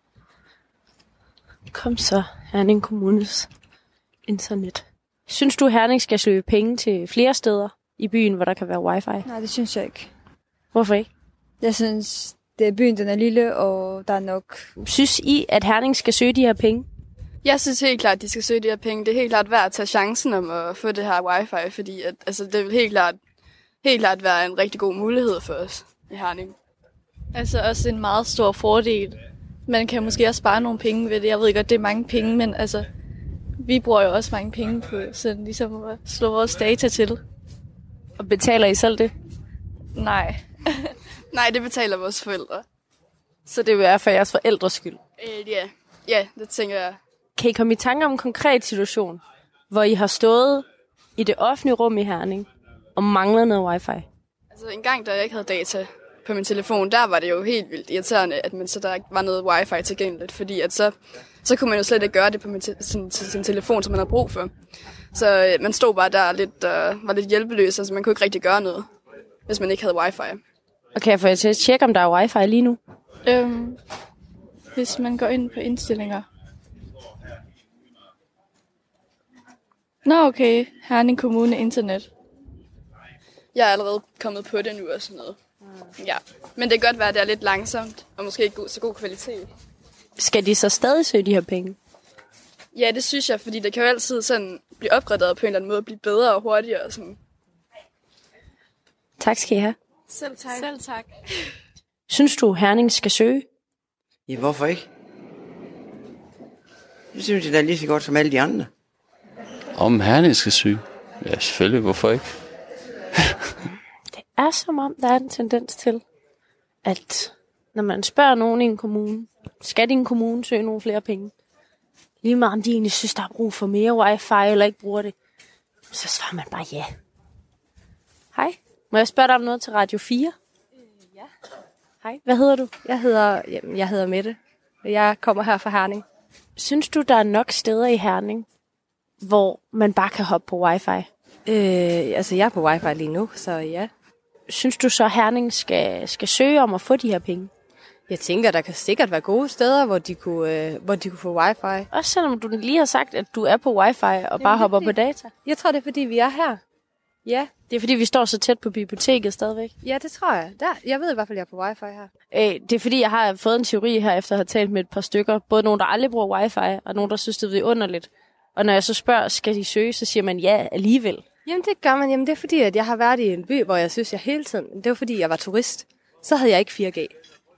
Kom så, Herning Kommunes internet. Synes du, Herning skal søge penge til flere steder i byen, hvor der kan være wifi? Nej, det synes jeg ikke. Hvorfor ikke? Jeg synes, det er byen, den er lille, og der er nok... Synes I, at Herning skal søge de her penge? Jeg synes helt klart, at de skal søge de her penge. Det er helt klart værd at tage chancen om at få det her wifi, fordi at, altså, det vil helt klart, helt klart være en rigtig god mulighed for os i Herning. Altså også en meget stor fordel. Man kan måske også spare nogle penge ved det. Jeg ved godt, det er mange penge, men altså, vi bruger jo også mange penge på sådan ligesom at slå vores data til. Og betaler I selv det? Nej. Nej, det betaler vores forældre. Så det vil være for jeres forældres skyld? Øh, ja. ja, det tænker jeg. Kan I komme i tanke om en konkret situation, hvor I har stået i det offentlige rum i Herning og manglet noget wifi? Altså en gang, da jeg ikke havde data på min telefon, der var det jo helt vildt irriterende, at man, så der ikke var noget wifi tilgængeligt, fordi at så så kunne man jo slet ikke gøre det på sin, sin, sin telefon, som man har brug for. Så øh, man stod bare der lidt, øh, var lidt hjælpeløs, altså man kunne ikke rigtig gøre noget, hvis man ikke havde wifi. Okay, får jeg til at tjekke, om der er wifi lige nu? Øhm, hvis man går ind på indstillinger. Nå okay, Herning Kommune Internet. Jeg er allerede kommet på det nu og sådan noget. Ja, men det kan godt være, at det er lidt langsomt, og måske ikke så god kvalitet. Skal de så stadig søge de her penge? Ja, det synes jeg, fordi det kan jo altid sådan blive opgraderet på en eller anden måde, blive bedre og hurtigere og sådan. Tak skal I have. Selv tak. Selv tak. Synes du, Herning skal søge? Ja, hvorfor ikke? Det synes jeg da lige så godt som alle de andre. Om Herning skal søge? Ja, selvfølgelig. Hvorfor ikke? Det er som om, der er en tendens til, at når man spørger nogen i en kommune, skal din kommune søge nogle flere penge? Lige meget om de egentlig synes, der er brug for mere wifi, eller ikke bruger det, så svarer man bare ja. Hej, må jeg spørge dig om noget til Radio fire? Øh, ja. Hej, hvad hedder du? Jeg hedder, jamen, jeg hedder Mette. Jeg kommer her fra Herning. Synes du, der er nok steder i Herning, hvor man bare kan hoppe på wifi? Øh, altså, jeg er på wifi lige nu, så ja. Synes du så, Herning skal, skal søge om at få de her penge? Jeg tænker, der kan sikkert være gode steder, hvor de kunne, øh, hvor de kunne få wifi. Også selvom du lige har sagt, at du er på wifi og Jamen, bare hopper fordi, på data? Jeg tror, det er, fordi vi er her. Ja. Det er, fordi vi står så tæt på biblioteket stadigvæk? Ja, det tror jeg. Der, jeg ved i hvert fald, at jeg er på wifi her. Øh, det er, fordi jeg har fået en teori her, efter at have talt med et par stykker. Både nogen, der aldrig bruger wifi, og nogen, der synes, det er underligt. Og når jeg så spørger, skal de søge, så siger man ja alligevel. Jamen, det gør man. Jamen, det er fordi, at jeg har været i en by, hvor jeg synes, jeg hele tiden... Det var fordi, jeg var turist. Så havde jeg ikke fire G.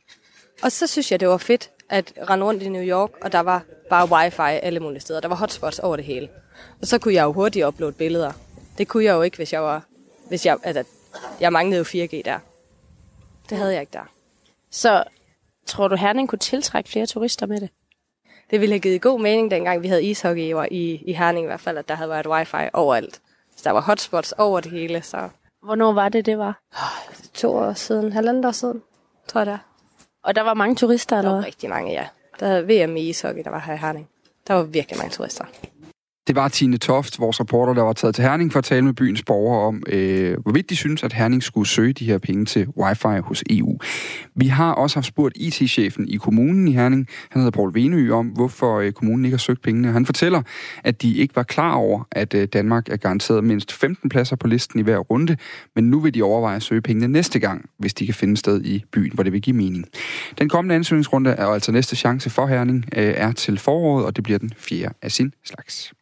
Og så synes jeg, det var fedt at rende rundt i New York, og der var bare wifi alle mulige steder. Der var hotspots over det hele. Og så kunne jeg jo hurtigt uploade billeder. Det kunne jeg jo ikke, hvis jeg var... Hvis jeg, altså, jeg manglede jo fire G der. Det havde jeg ikke der. Så tror du, Herning kunne tiltrække flere turister med det? Det ville have givet god mening, dengang vi havde ishockey i, i Herning i hvert fald, at der havde været wifi overalt. Så der var hotspots over det hele. Så. Hvornår var det, det var? Oh, to år siden, halvandet år siden, tror jeg det er. Og der var mange turister, eller hvad? Der var rigtig mange, ja. Der havde V M i ishockey, der var her i Herning. Der var virkelig mange turister. Det var Tine Toft, vores reporter, der var taget til Herning for at tale med byens borgere om, øh, hvorvidt de synes, at Herning skulle søge de her penge til wifi hos E U. Vi har også haft spurgt I T-chefen i kommunen i Herning, han hedder Poul Venø, om hvorfor øh, kommunen ikke har søgt pengene. Han fortæller, at de ikke var klar over, at øh, Danmark er garanteret mindst femten pladser på listen i hver runde, men nu vil de overveje at søge pengene næste gang, hvis de kan finde sted i byen, hvor det vil give mening. Den kommende ansøgningsrunde er altså næste chance for Herning, øh, er til foråret, og det bliver den fjerde af sin slags.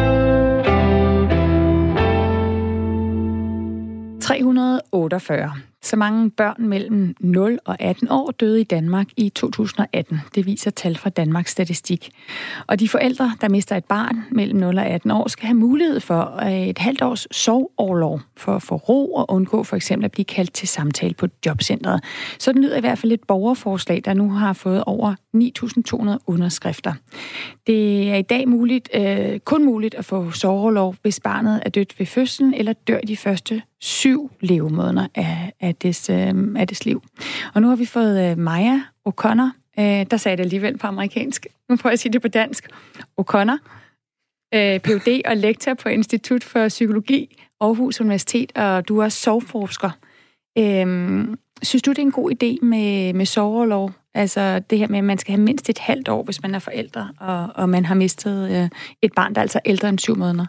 tre hundrede og otteogfyrre. Så mange børn mellem nul og atten år døde i Danmark i to tusind og atten. Det viser tal fra Danmarks Statistik. Og de forældre, der mister et barn mellem nul og atten år, skal have mulighed for et halvt års sorgorlov for at få ro og undgå for eksempel at blive kaldt til samtale på jobcentret. Sådan lyder i hvert fald et borgerforslag, der nu har fået over ni tusind to hundrede underskrifter. Det er i dag muligt, øh, kun muligt at få sorgorlov, hvis barnet er dødt ved fødslen eller dør de første syv levemåneder af, af, des, øh, af des liv. Og nu har vi fået øh, Maja O'Connor, øh, der sagde det alligevel på amerikansk. Nu prøver jeg at sige det på dansk. O'Connor, øh, P H D og lektor på Institut for Psykologi, Aarhus Universitet, og du er sorgforsker. Øh, synes du, det er en god idé med, med sorgorlov? Altså det her med, at man skal have mindst et halvt år, hvis man er forældre, og, og man har mistet øh, et barn, der er altså ældre end syv måneder.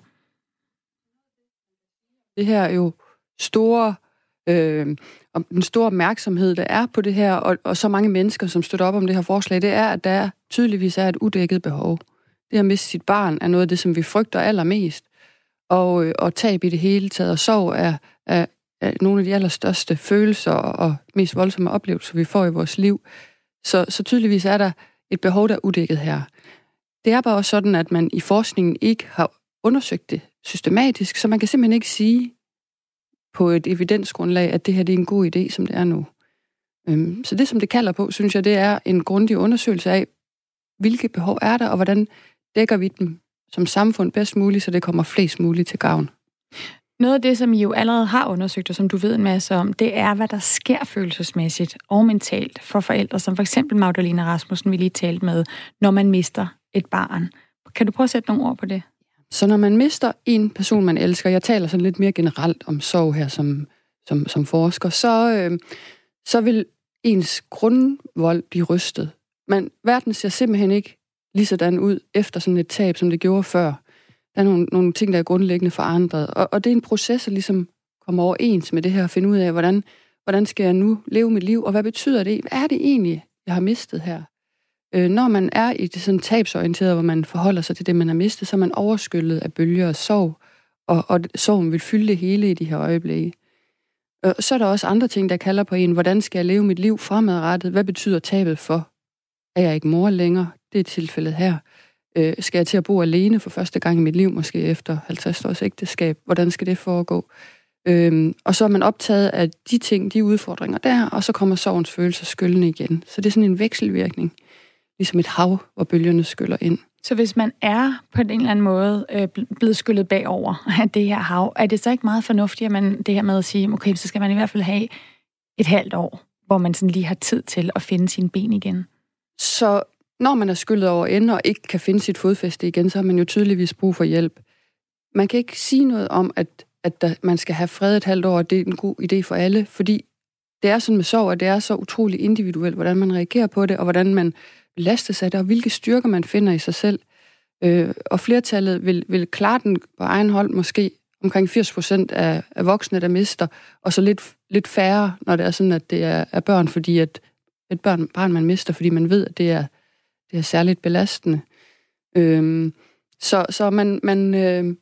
Det her er jo store, øh, om den store opmærksomhed, der er på det her, og, og så mange mennesker, som støtter op om det her forslag, det er, at der tydeligvis er et udækket behov. Det at miste sit barn er noget af det, som vi frygter allermest, og, og tab i det hele taget, og sorg er, er, er nogle af de allerstørste følelser og mest voldsomme oplevelser, vi får i vores liv. Så, så tydeligvis er der et behov, der er udækket her. Det er bare også sådan, at man i forskningen ikke har undersøgt det systematisk, så man kan simpelthen ikke sige på et evidensgrundlag, at det her det er en god idé, som det er nu. Øhm, så det, som det kalder på, synes jeg, det er en grundig undersøgelse af, hvilke behov er der, og hvordan dækker vi dem som samfund bedst muligt, så det kommer flest muligt til gavn. Noget af det, som I jo allerede har undersøgt, og som du ved en masse om, det er, hvad der sker følelsesmæssigt og mentalt for forældre, som for eksempel Magdalena Rasmussen, vi lige talte med, når man mister et barn. Kan du prøve at sætte nogle ord på det? Så når man mister en person, man elsker, jeg taler sådan lidt mere generelt om sorg her som, som, som forsker, så, øh, så vil ens grundvold blive rystet. Men verden ser simpelthen ikke lige sådan ud efter sådan et tab, som det gjorde før. Der er nogle, nogle ting, der er grundlæggende forandret. Og, og det er en proces, der ligesom kommer overens med det her, at finde ud af, hvordan, hvordan skal jeg nu leve mit liv, og hvad betyder det? Hvad er det egentlig, jeg har mistet her? Øh, når man er i det sådan tabsorienteret, hvor man forholder sig til det, man har mistet, så er man overskyllet af bølger og sorg, og, og sorgen vil fylde det hele i de her øjeblikke. Og så er der også andre ting, der kalder på en. Hvordan skal jeg leve mit liv fremadrettet? Hvad betyder tabet for? Er jeg ikke mor længere? Det er tilfældet her. Øh, skal jeg til at bo alene for første gang i mit liv, måske efter halvtreds års ægteskab? Hvordan skal det foregå? Øhm, og så er man optaget af de ting, de udfordringer der, og så kommer sorgens følelser skyllende igen. Så det er sådan en vekselvirkning, ligesom et hav, hvor bølgerne skyller ind. Så hvis man er på en eller anden måde øh, blevet skyllet bagover af det her hav, er det så ikke meget fornuftigt, at man det her med at sige, okay, så skal man i hvert fald have et halvt år, hvor man sådan lige har tid til at finde sine ben igen? Så når man er skyllet over ende og ikke kan finde sit fodfæste igen, så har man jo tydeligvis brug for hjælp. Man kan ikke sige noget om, at, at der, man skal have fred et halvt år, og det er en god idé for alle, fordi det er sådan med sorg, at det er så utroligt individuelt, hvordan man reagerer på det, og hvordan man belastes af det, og hvilke styrker man finder i sig selv. Øh, og flertallet vil, vil klare den på egen hold, måske omkring firs procent af, af voksne, der mister, og så lidt, lidt færre, når det er sådan, at det er, er børn, fordi at et børn, barn, man mister, fordi man ved, at det er, det er særligt belastende. Øh, så, så man, man øh,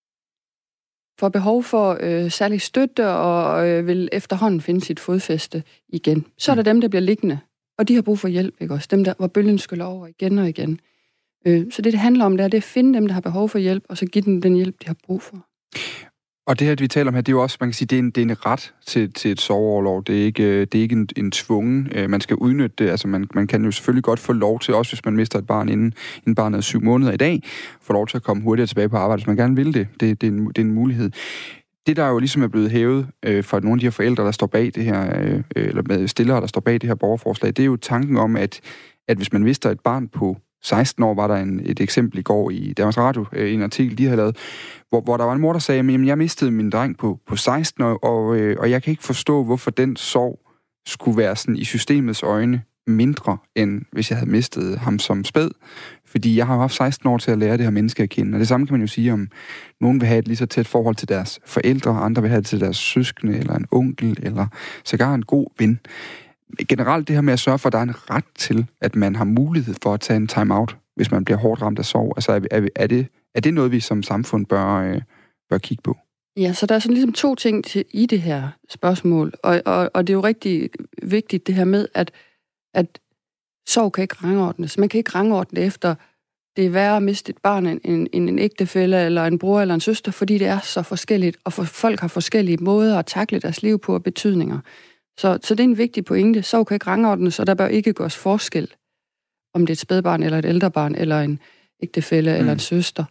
får behov for øh, særlig støtte, og øh, vil efterhånden finde sit fodfæste igen. Så er der dem, der bliver liggende, og de har brug for hjælp, ikke også? Dem, der, hvor bølgen skyller over igen og igen. Øh, så det, det handler om, det er, det er at finde dem, der har behov for hjælp, og så give dem den hjælp, de har brug for. Og det her, vi taler om her, det er jo også, man kan sige, det er en, det er en ret til, til et sorgorlov. Det er ikke, det er ikke en, en tvungen. Man skal udnytte det. Altså, man, man kan jo selvfølgelig godt få lov til, også hvis man mister et barn inden, inden barnet er syv måneder i dag, få lov til at komme hurtigere tilbage på arbejde, hvis man gerne vil det. Det, det, er, en, det er en mulighed. Det, der jo ligesom er blevet hævet øh, for nogle af de her forældre, der står bag det her, øh, eller med stillere, der står bag det her borgerforslag, det er jo tanken om, at, at hvis man mister et barn på seksten år, var der en, et eksempel i går i Danmarks Radio, øh, en artikel, de havde lavet, hvor, hvor der var en mor, der sagde, at jeg mistede min dreng på, på seksten år, og, øh, og jeg kan ikke forstå, hvorfor den sorg skulle være sådan i systemets øjne mindre, end hvis jeg havde mistet ham som spæd. Fordi jeg har haft seksten år til at lære det her menneske at kende. Og det samme kan man jo sige om, nogen vil have et lige så tæt forhold til deres forældre, andre vil have det til deres søskende, eller en onkel, eller sågar en god ven. Generelt det her med at sørge for, at der er en ret til, at man har mulighed for at tage en time-out, hvis man bliver hårdt ramt af sorg. Altså er, er, er, det, er det noget, vi som samfund bør, øh, bør kigge på? Ja, så der er sådan ligesom to ting til, i det her spørgsmål. Og, og, og det er jo rigtig vigtigt det her med, at, at sorg kan ikke rangordnes. Man kan ikke rangordne det efter, det er værre at miste et barn end en, en, en ægtefælle, eller en bror, eller en søster, fordi det er så forskelligt, og for folk har forskellige måder at takle deres liv på og betydninger. Så, så det er en vigtig pointe. Sorg kan ikke rangordnes, og der bør ikke gøres forskel, om det er et spædbarn, eller et ældre barn, eller en ægtefælle, mm. eller en søster.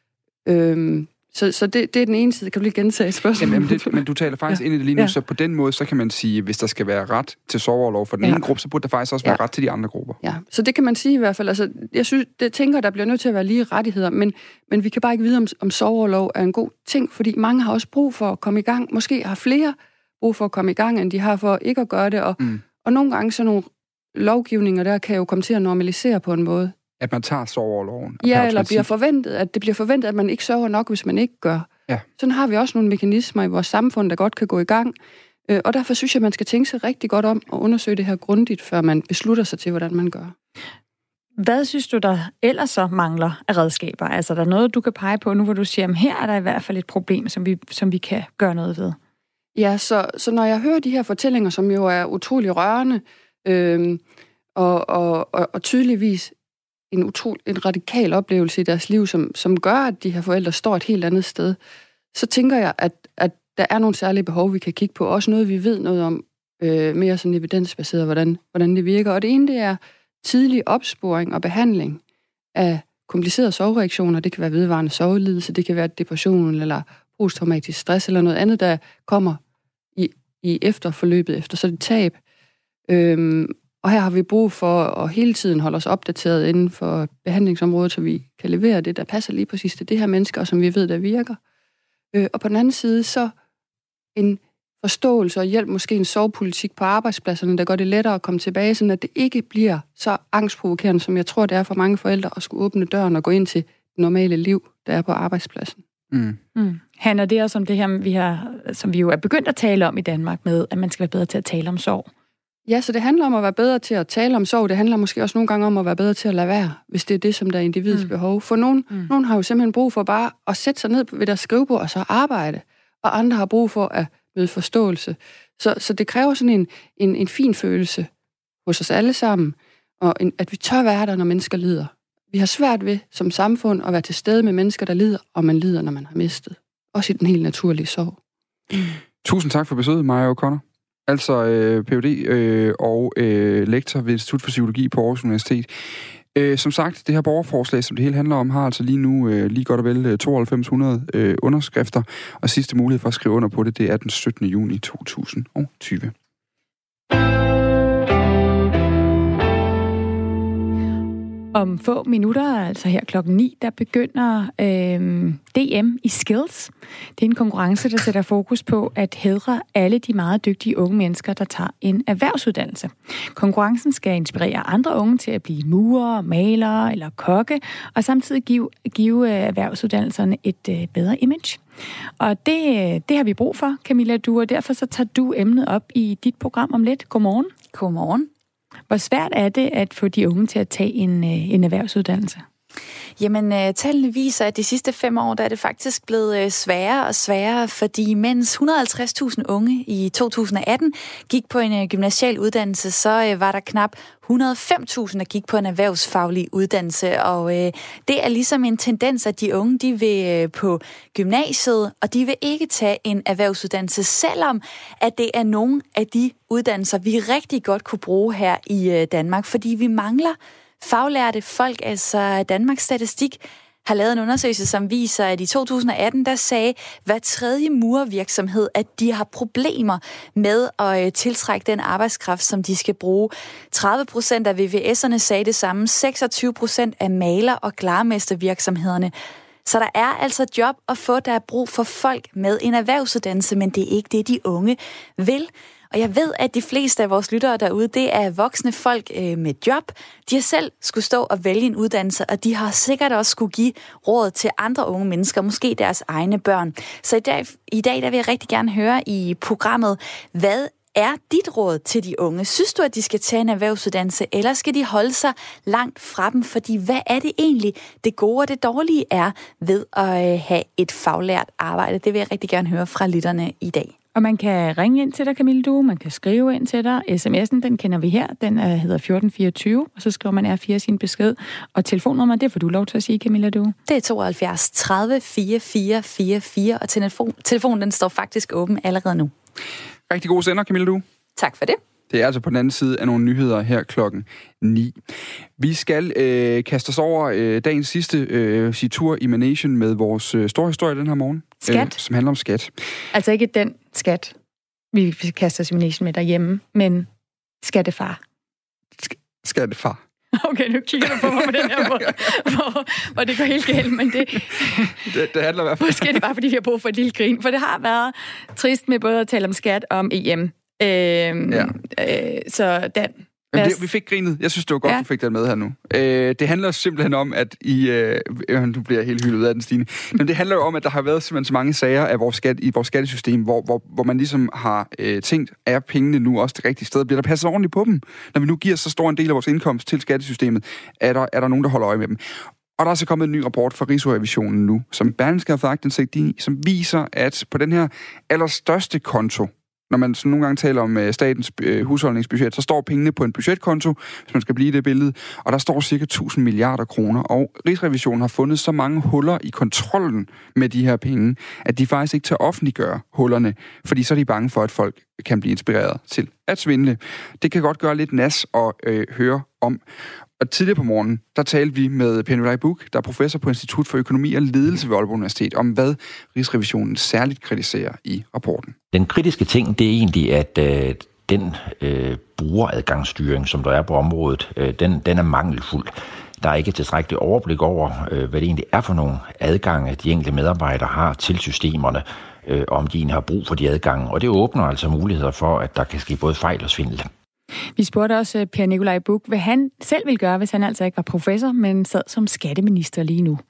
Øhm, så så det, det er den ene side. Kan du lige gentage et spørgsmål? Jamen, det, men du taler faktisk ja. ind i det lige nu, ja. Så på den måde, så kan man sige, hvis der skal være ret til sorgorlov for den ja. ene gruppe, så burde der faktisk også være ja. ret til de andre grupper. Ja, så det kan man sige i hvert fald. Altså, jeg synes, det tænker, der bliver nødt til at være lige rettigheder, men, men vi kan bare ikke vide, om, om sorgorlov er en god ting, fordi mange har også brug for at komme i gang. Måske har flere brug for at komme i gang, end de har for ikke at gøre det, og, mm. og nogle gange sådan nogle lovgivninger der kan jo komme til at normalisere på en måde. At man tager sorgorloven? Ja, eller bliver forventet, at det bliver forventet, at man ikke sørger nok, hvis man ikke gør. Ja. Sådan har vi også nogle mekanismer i vores samfund, der godt kan gå i gang, og derfor synes jeg, at man skal tænke sig rigtig godt om og undersøge det her grundigt, før man beslutter sig til, hvordan man gør. Hvad synes du, der ellers så mangler af redskaber? Altså, der er noget, du kan pege på nu, hvor du siger, at her er der i hvert fald et problem, som vi, som vi kan gøre noget ved? Ja, så, så når jeg hører de her fortællinger, som jo er utrolig rørende, øh, og, og, og, og tydeligvis en, utrolig, en radikal oplevelse i deres liv, som, som gør, at de her forældre står et helt andet sted, så tænker jeg, at, at der er nogle særlige behov, vi kan kigge på. Også noget, vi ved noget om, øh, mere sådan evidensbaseret, hvordan, hvordan det virker. Og det ene, det er tidlig opsporing og behandling af komplicerede sorgreaktioner. Det kan være vedvarende sorglidelse, det kan være depression eller posttraumatisk stress eller noget andet, der kommer i, i efterforløbet efter så det tab. Øhm, Og her har vi brug for at hele tiden holde os opdateret inden for behandlingsområdet, så vi kan levere det, der passer lige præcis til det her menneske, og som vi ved, der virker. Øh, og på den anden side, så en forståelse og hjælp, måske en sovepolitik på arbejdspladserne, der gør det lettere at komme tilbage, sådan at det ikke bliver så angstprovokerende, som jeg tror, det er for mange forældre at skulle åbne døren og gå ind til det normale liv, der er på arbejdspladsen. Mm. Mm. Handler det også om det her, vi har, som vi jo er begyndt at tale om i Danmark med, at man skal være bedre til at tale om sorg? Ja, så det handler om at være bedre til at tale om sorg. Det handler måske også nogle gange om at være bedre til at lade være, hvis det er det, som der er individets mm. behov. For nogen, mm. nogen har jo simpelthen brug for bare at sætte sig ned ved deres skrivebord og så arbejde, og andre har brug for at møde forståelse. Så, så det kræver sådan en, en, en fin følelse hos os alle sammen, og en, at vi tør være der, når mennesker lider. Vi har svært ved som samfund at være til stede med mennesker, der lider, og man lider, når man har mistet. Også i den helt naturlige sorg. Mm. Tusind tak for besøget, Maja O'Connor. Altså øh, P H D øh, og øh, lektor ved Institut for Psykologi på Aarhus Universitet. Øh, som sagt, det her borgerforslag, som det hele handler om, har altså lige nu øh, lige godt og vel tooghalvfems hundrede øh, underskrifter, og sidste mulighed for at skrive under på det, det er den syttende juni to tusind og tyve. Om få minutter, altså her klokken ni, der begynder øh, D M i Skills. Det er en konkurrence, der sætter fokus på at hædre alle de meget dygtige unge mennesker, der tager en erhvervsuddannelse. Konkurrencen skal inspirere andre unge til at blive murere, malere eller kokke, og samtidig give, give erhvervsuddannelserne et øh, bedre image. Og det, det har vi brug for, Camilla Du, og derfor så tager du emnet op i dit program om lidt. Godmorgen. Godmorgen. Hvor svært er det at få de unge til at tage en, en erhvervsuddannelse? Jamen, tallene viser, at de sidste fem år, der er det faktisk blevet sværere og sværere, fordi mens et hundrede og halvtreds tusind unge i to tusind og atten gik på en gymnasial uddannelse, så var der knap et hundrede og fem tusind, der gik på en erhvervsfaglig uddannelse, og øh, det er ligesom en tendens, at de unge, de vil øh, på gymnasiet, og de vil ikke tage en erhvervsuddannelse, selvom at det er nogle af de uddannelser, vi rigtig godt kunne bruge her i øh, Danmark, fordi vi mangler faglærte folk. Altså Danmarks Statistik har lavet en undersøgelse, som viser, at i to tusind og atten, der sagde hver tredje murervirksomhed, at de har problemer med at tiltrække den arbejdskraft, som de skal bruge. tredive procent af V V S'erne sagde det samme, seksogtyve procent af maler- og glarmestervirksomhederne. Så der er altså job at få, der er brug for folk med en erhvervsuddannelse, men det er ikke det, de unge vil. Og jeg ved, at de fleste af vores lyttere derude, det er voksne folk øh, med job. De har selv skulle stå og vælge en uddannelse, og de har sikkert også skulle give råd til andre unge mennesker, måske deres egne børn. Så i dag, i dag der vil jeg rigtig gerne høre i programmet, hvad er dit råd til de unge? Synes du, at de skal tage en erhvervsuddannelse, eller skal de holde sig langt fra dem? Fordi hvad er det egentlig, det gode og det dårlige er ved at have et faglært arbejde? Det vil jeg rigtig gerne høre fra lytterne i dag. Og man kan ringe ind til dig, Camilla Du, man kan skrive ind til dig. sms'en, den kender vi her, den uh, hedder fjorten fireogtyve, og så skriver man R fire sin besked. Og telefonnummer, det får du lov til at sige, Camilla Du. Det er tooghalvfjerds tredive fireogfyrre fireogfyrre, og telefon, telefonen den står faktisk åben allerede nu. Rigtig god sender, Camilla Du. Tak for det. Det er altså på den anden side af nogle nyheder her klokken ni. Vi skal øh, kaste os over øh, dagens sidste øh, tur i Manation med vores øh, store historie den her morgen. Skat. Øh, som handler om skat. Altså ikke den skat, vi kaster os i Manation med derhjemme, men skattefar. Sk- skattefar. Okay, nu kigger du på mig på den her måde, hvor, hvor det går helt galt, men det... det, det handler i hvert fald... Måske er det bare, fordi vi har brug for et lille grin, for det har været trist med både at tale om skat og om E M. Øhm, ja. øh, så Dan... Jamen, det, vi fik grinet. Jeg synes, det var godt, ja. Du fik den med her nu. Øh, det handler simpelthen om, at I... Øh, nu bliver jeg helt hyldet ud af den, Stine. Men det handler jo om, at der har været simpelthen så mange sager af vores skat, i vores skattesystem, hvor, hvor, hvor man ligesom har øh, tænkt, er pengene nu også det rigtige sted? Bliver der passet ordentligt på dem? Når vi nu giver så stor en del af vores indkomst til skattesystemet, er der, er der nogen, der holder øje med dem? Og der er så kommet en ny rapport fra Rigsrevisionen nu, som Berlingske har fået aktindsigt i, som viser, at på den her allerstørste konto, når man sådan nogle gange taler om statens øh, husholdningsbudget, så står pengene på en budgetkonto, hvis man skal blive i det billede, og der står cirka tusind milliarder kroner, og Rigsrevisionen har fundet så mange huller i kontrollen med de her penge, at de faktisk ikke tør offentliggøre hullerne, fordi så er de bange for, at folk kan blive inspireret til at svindle. Det kan godt gøre lidt nas at øh, høre om. Og tidligere på morgenen, der talte vi med Per Nikolaj Buch, der er professor på Institut for Økonomi og Ledelse ved Aalborg Universitet, om hvad Rigsrevisionen særligt kritiserer i rapporten. Den kritiske ting, det er egentlig, at øh, den øh, brugeradgangsstyring, som der er på området, øh, den, den er mangelfuld. Der er ikke tilstrækkeligt overblik over, øh, hvad det egentlig er for nogle adgange, de enkelte medarbejdere har til systemerne, øh, om de egentlig har brug for de adgange. Og det åbner altså muligheder for, at der kan ske både fejl og svindel. Vi spurgte også Per Nikolaj Buch, hvad han selv ville gøre, hvis han altså ikke var professor, men sad som skatteminister lige nu.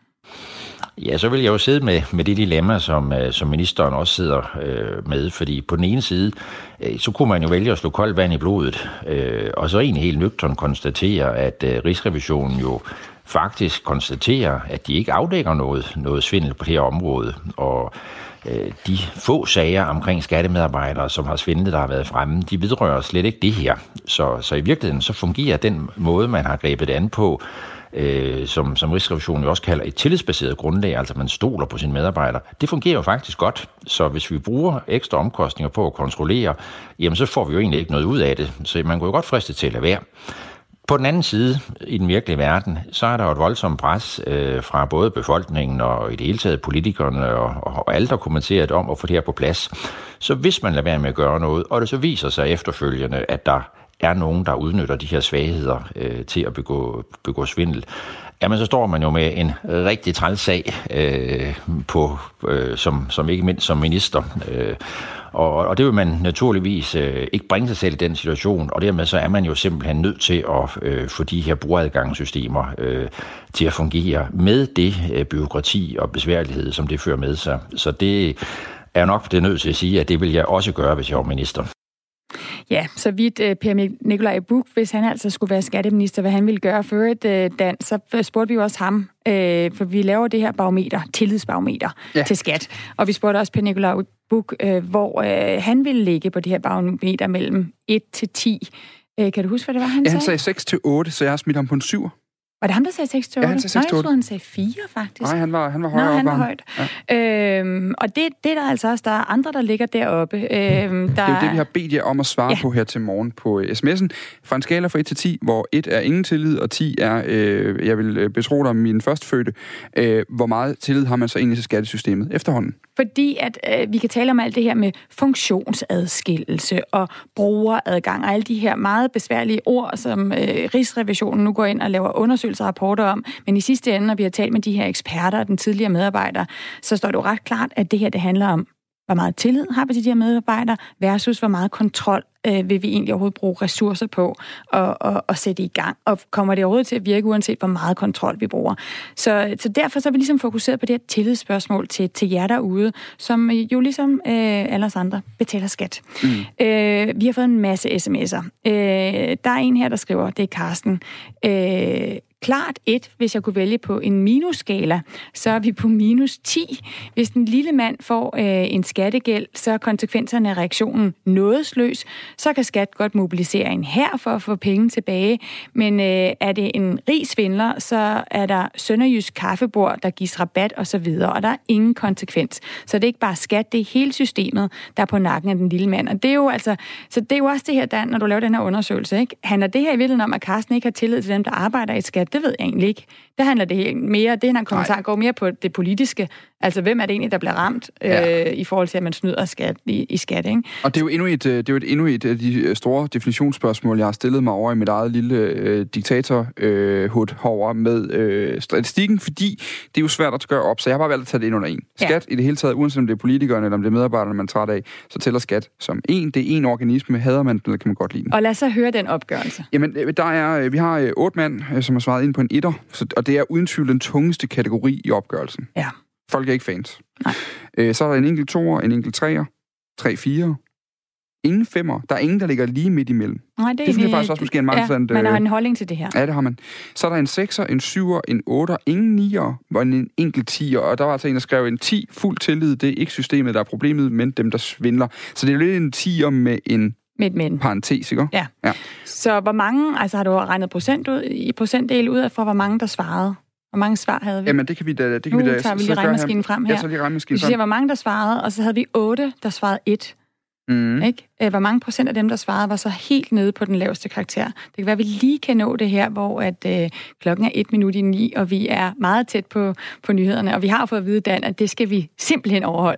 Ja, så vil jeg jo sidde med, med det dilemma, som, som ministeren også sidder øh, med, fordi på den ene side, øh, så kunne man jo vælge at slå koldt vand i blodet, øh, og så egentlig helt nøgternt konstatere, at øh, Rigsrevisionen jo faktisk konstaterer, at de ikke afdækker noget, noget svindel på det her område, og øh, de få sager omkring skattemedarbejdere, som har svindlet, der har været fremme, de vedrører slet ikke det her. Så, så i virkeligheden, så fungerer den måde, man har grebet det an på, Øh, som, som Rigsrevisionen jo også kalder et tillidsbaseret grundlag, altså man stoler på sine medarbejdere. Det fungerer jo faktisk godt, så hvis vi bruger ekstra omkostninger på at kontrollere, jamen så får vi jo egentlig ikke noget ud af det, så man kunne jo godt friste til at lade være. På den anden side, i den virkelige verden, så er der jo et voldsomt pres øh, fra både befolkningen og i det hele taget politikerne og, og alle, der kommenterer om at få det her på plads. Så hvis man lader være med at gøre noget, og det så viser sig efterfølgende, at der er nogen, der udnytter de her svagheder øh, til at begå, begå svindel, jamen så står man jo med en rigtig træls sag, øh, på, øh, som, som ikke mindst som minister. Øh, og, og det vil man naturligvis øh, ikke bringe sig selv i den situation, og dermed så er man jo simpelthen nødt til at øh, få de her brugeradgangssystemer øh, til at fungere med det øh, byråkrati og besværlighed, som det fører med sig. Så det er nok det nødt til at sige, at det vil jeg også gøre, hvis jeg var minister. Ja, så vidt uh, Per Nikolaj Buch, hvis han altså skulle være skatteminister, hvad han ville gøre for et uh, Dan, så spurgte vi også ham, uh, for vi laver det her barometer, tillidsbarometer ja. til skat. Og vi spurgte også Per Nikolaj Buch, uh, hvor uh, han ville ligge på det her barometer mellem et til ti. Uh, kan du huske, hvad det var, han ja, sagde? Han sagde seks til otte, så jeg har smidt ham på en syv. Var det ham, der sagde seks til otte? Ja, han sagde seks til otte. Nej, jeg troede, han sagde fire, faktisk. Nej, han var, han var højere. Nå, han var højt. Ja. Øhm, og det, det er der altså også, der er andre, der ligger deroppe. Øhm, der... Det er jo det, vi har bedt jer om at svare ja. på her til morgen på sms'en. Fra en skala fra et til ti, hvor et er ingen tillid, og ti er, øh, jeg vil betro dig, min førstfødte. Øh, hvor meget tillid har man så egentlig til skattesystemet efterhånden? Fordi at øh, vi kan tale om alt det her med funktionsadskillelse og brugeradgang og alle de her meget besværlige ord, som øh, Rigsrevisionen nu går ind og laver undersøgelser og rapporter om. Men i sidste ende, når vi har talt med de her eksperter og den tidligere medarbejder, så står det jo ret klart, at det her det handler om, hvor meget tillid har vi til de her medarbejdere, versus hvor meget kontrol øh, vil vi egentlig overhovedet bruge ressourcer på og, og, og sætte i gang. Og kommer det overhovedet til at virke, uanset hvor meget kontrol vi bruger. Så, så derfor så er vi ligesom fokuseret på det her tillidsspørgsmål til, til jer derude, som jo ligesom øh, alle os andre betaler skat. Mm. Øh, vi har fået en masse sms'er. Øh, der er en her, der skriver, det er Karsten. Øh, Klart et, hvis jeg kunne vælge på en minusskala, så er vi på minus ti. Hvis den lille mand får øh, en skattegæld, så er konsekvenserne af reaktionen nådesløs. Så kan skat godt mobilisere en hær for at få penge tilbage. Men øh, er det en rig svindler, så er der sønderjysk kaffebord, der gives rabat osv., og der er ingen konsekvens. Så det er ikke bare skat, det er hele systemet, der er på nakken af den lille mand. Og det er jo altså, så det er jo også det her, Dan, når du laver den her undersøgelse, ikke? Handler det her i virkeligheden om, at Carsten ikke har tillid til dem, der arbejder i skat? Det ved jeg egentlig ikke. Der handler det mere, det her kommentar går mere på det politiske. Altså, hvem er det egentlig, der bliver ramt ja. øh, i forhold til, at man snyder skat i, i skat, ikke? Og det er jo endnu et, det er jo et, endnu et af de store definitionsspørgsmål, jeg har stillet mig over i mit eget lille øh, diktator-hud øh, herovre med øh, statistikken, fordi det er jo svært at gøre op, så jeg har bare valgt at tage det ind under en. Skat ja. i det hele taget, uanset om det er politikerne eller om det er medarbejderne, man træder af, så tæller skat som en. Det er en organisme, hader man, eller kan man godt lide den. Og lad os så høre den opgørelse. Jamen, der er, vi har otte mand, som har svaret ind på en etter, så, og det er uden tvivl den tungeste kategori i opgørelsen. Ja. Folk er ikke fans. Nej. Øh, så er der en enkelt toer, en enkelt treer, tre firer, ingen femmer. Der er ingen, der ligger lige midt imellem. Nej, det, det synes jeg faktisk også måske en meget interessant... Ja, man har en holdning til det her. Ja, det har man. Så er der en sekser, en syver, en otter, ingen nier, og en enkelt tier. Og der var altså en, der skrev en ti, fuld tillid. Det er ikke systemet, der er problemet, men dem, der svindler. Så det er jo lidt en tier med en med et men. Parentes, ikke? Ja. ja. Så hvor mange, altså har du regnet procent ud, i procentdel ud af, fra hvor mange, der svarede? Hvor mange svar havde vi? Jamen, det kan vi da... Det kan nu vi da, tager vi lige regnmaskinen frem her. Ja, så lige regnmaskinen frem. Vi siger, hvor mange, der svarede, og så havde vi otte, der svarede et. Mm. Ikke? Hvor mange procent af dem, der svarede, var så helt nede på den laveste karakter. Det kan være, at vi lige kan nå det her, hvor at, øh, klokken er et minut i ni, og vi er meget tæt på, på nyhederne. Og vi har fået at vide, Dan, at det skal vi simpelthen overholde.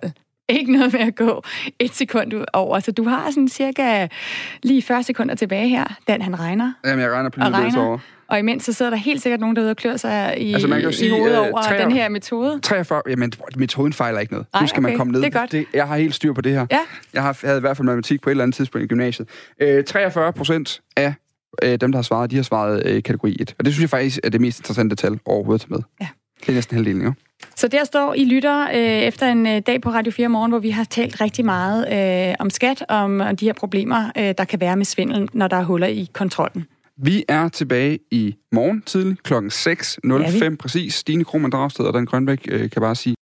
Ikke noget med at gå et sekund over. Så du har sådan cirka lige fyrre sekunder tilbage her. Dan, han regner. Jamen, jeg regner på lige over. Og imens så sidder der helt sikkert nogen derude og klør sig i, altså, man kan jo i sige, hovedet over uh, den her metode. treogfyrre, jamen metoden fejler ikke noget. Ej, nu skal okay, man komme ned. Det er godt. Det, jeg har helt styr på det her. Ja. Jeg har, havde i hvert fald matematik på et eller andet tidspunkt i gymnasiet. Øh, treogfyrre procent af øh, dem, der har svaret, de har svaret øh, kategori et. Og det synes jeg faktisk er det mest interessante tal overhovedet at tage med. Ja. Det er næsten halvdelen, jo. Så der står I lytter øh, efter en øh, dag på Radio fire Morgen, hvor vi har talt rigtig meget øh, om skat, om, om de her problemer, øh, der kan være med svindel, når der er huller i kontrollen. Vi er tilbage i morgen tidlig klokken seks nul fem præcis. Stine Krohmann Dragsted og Dan Grønbæk øh, kan bare sige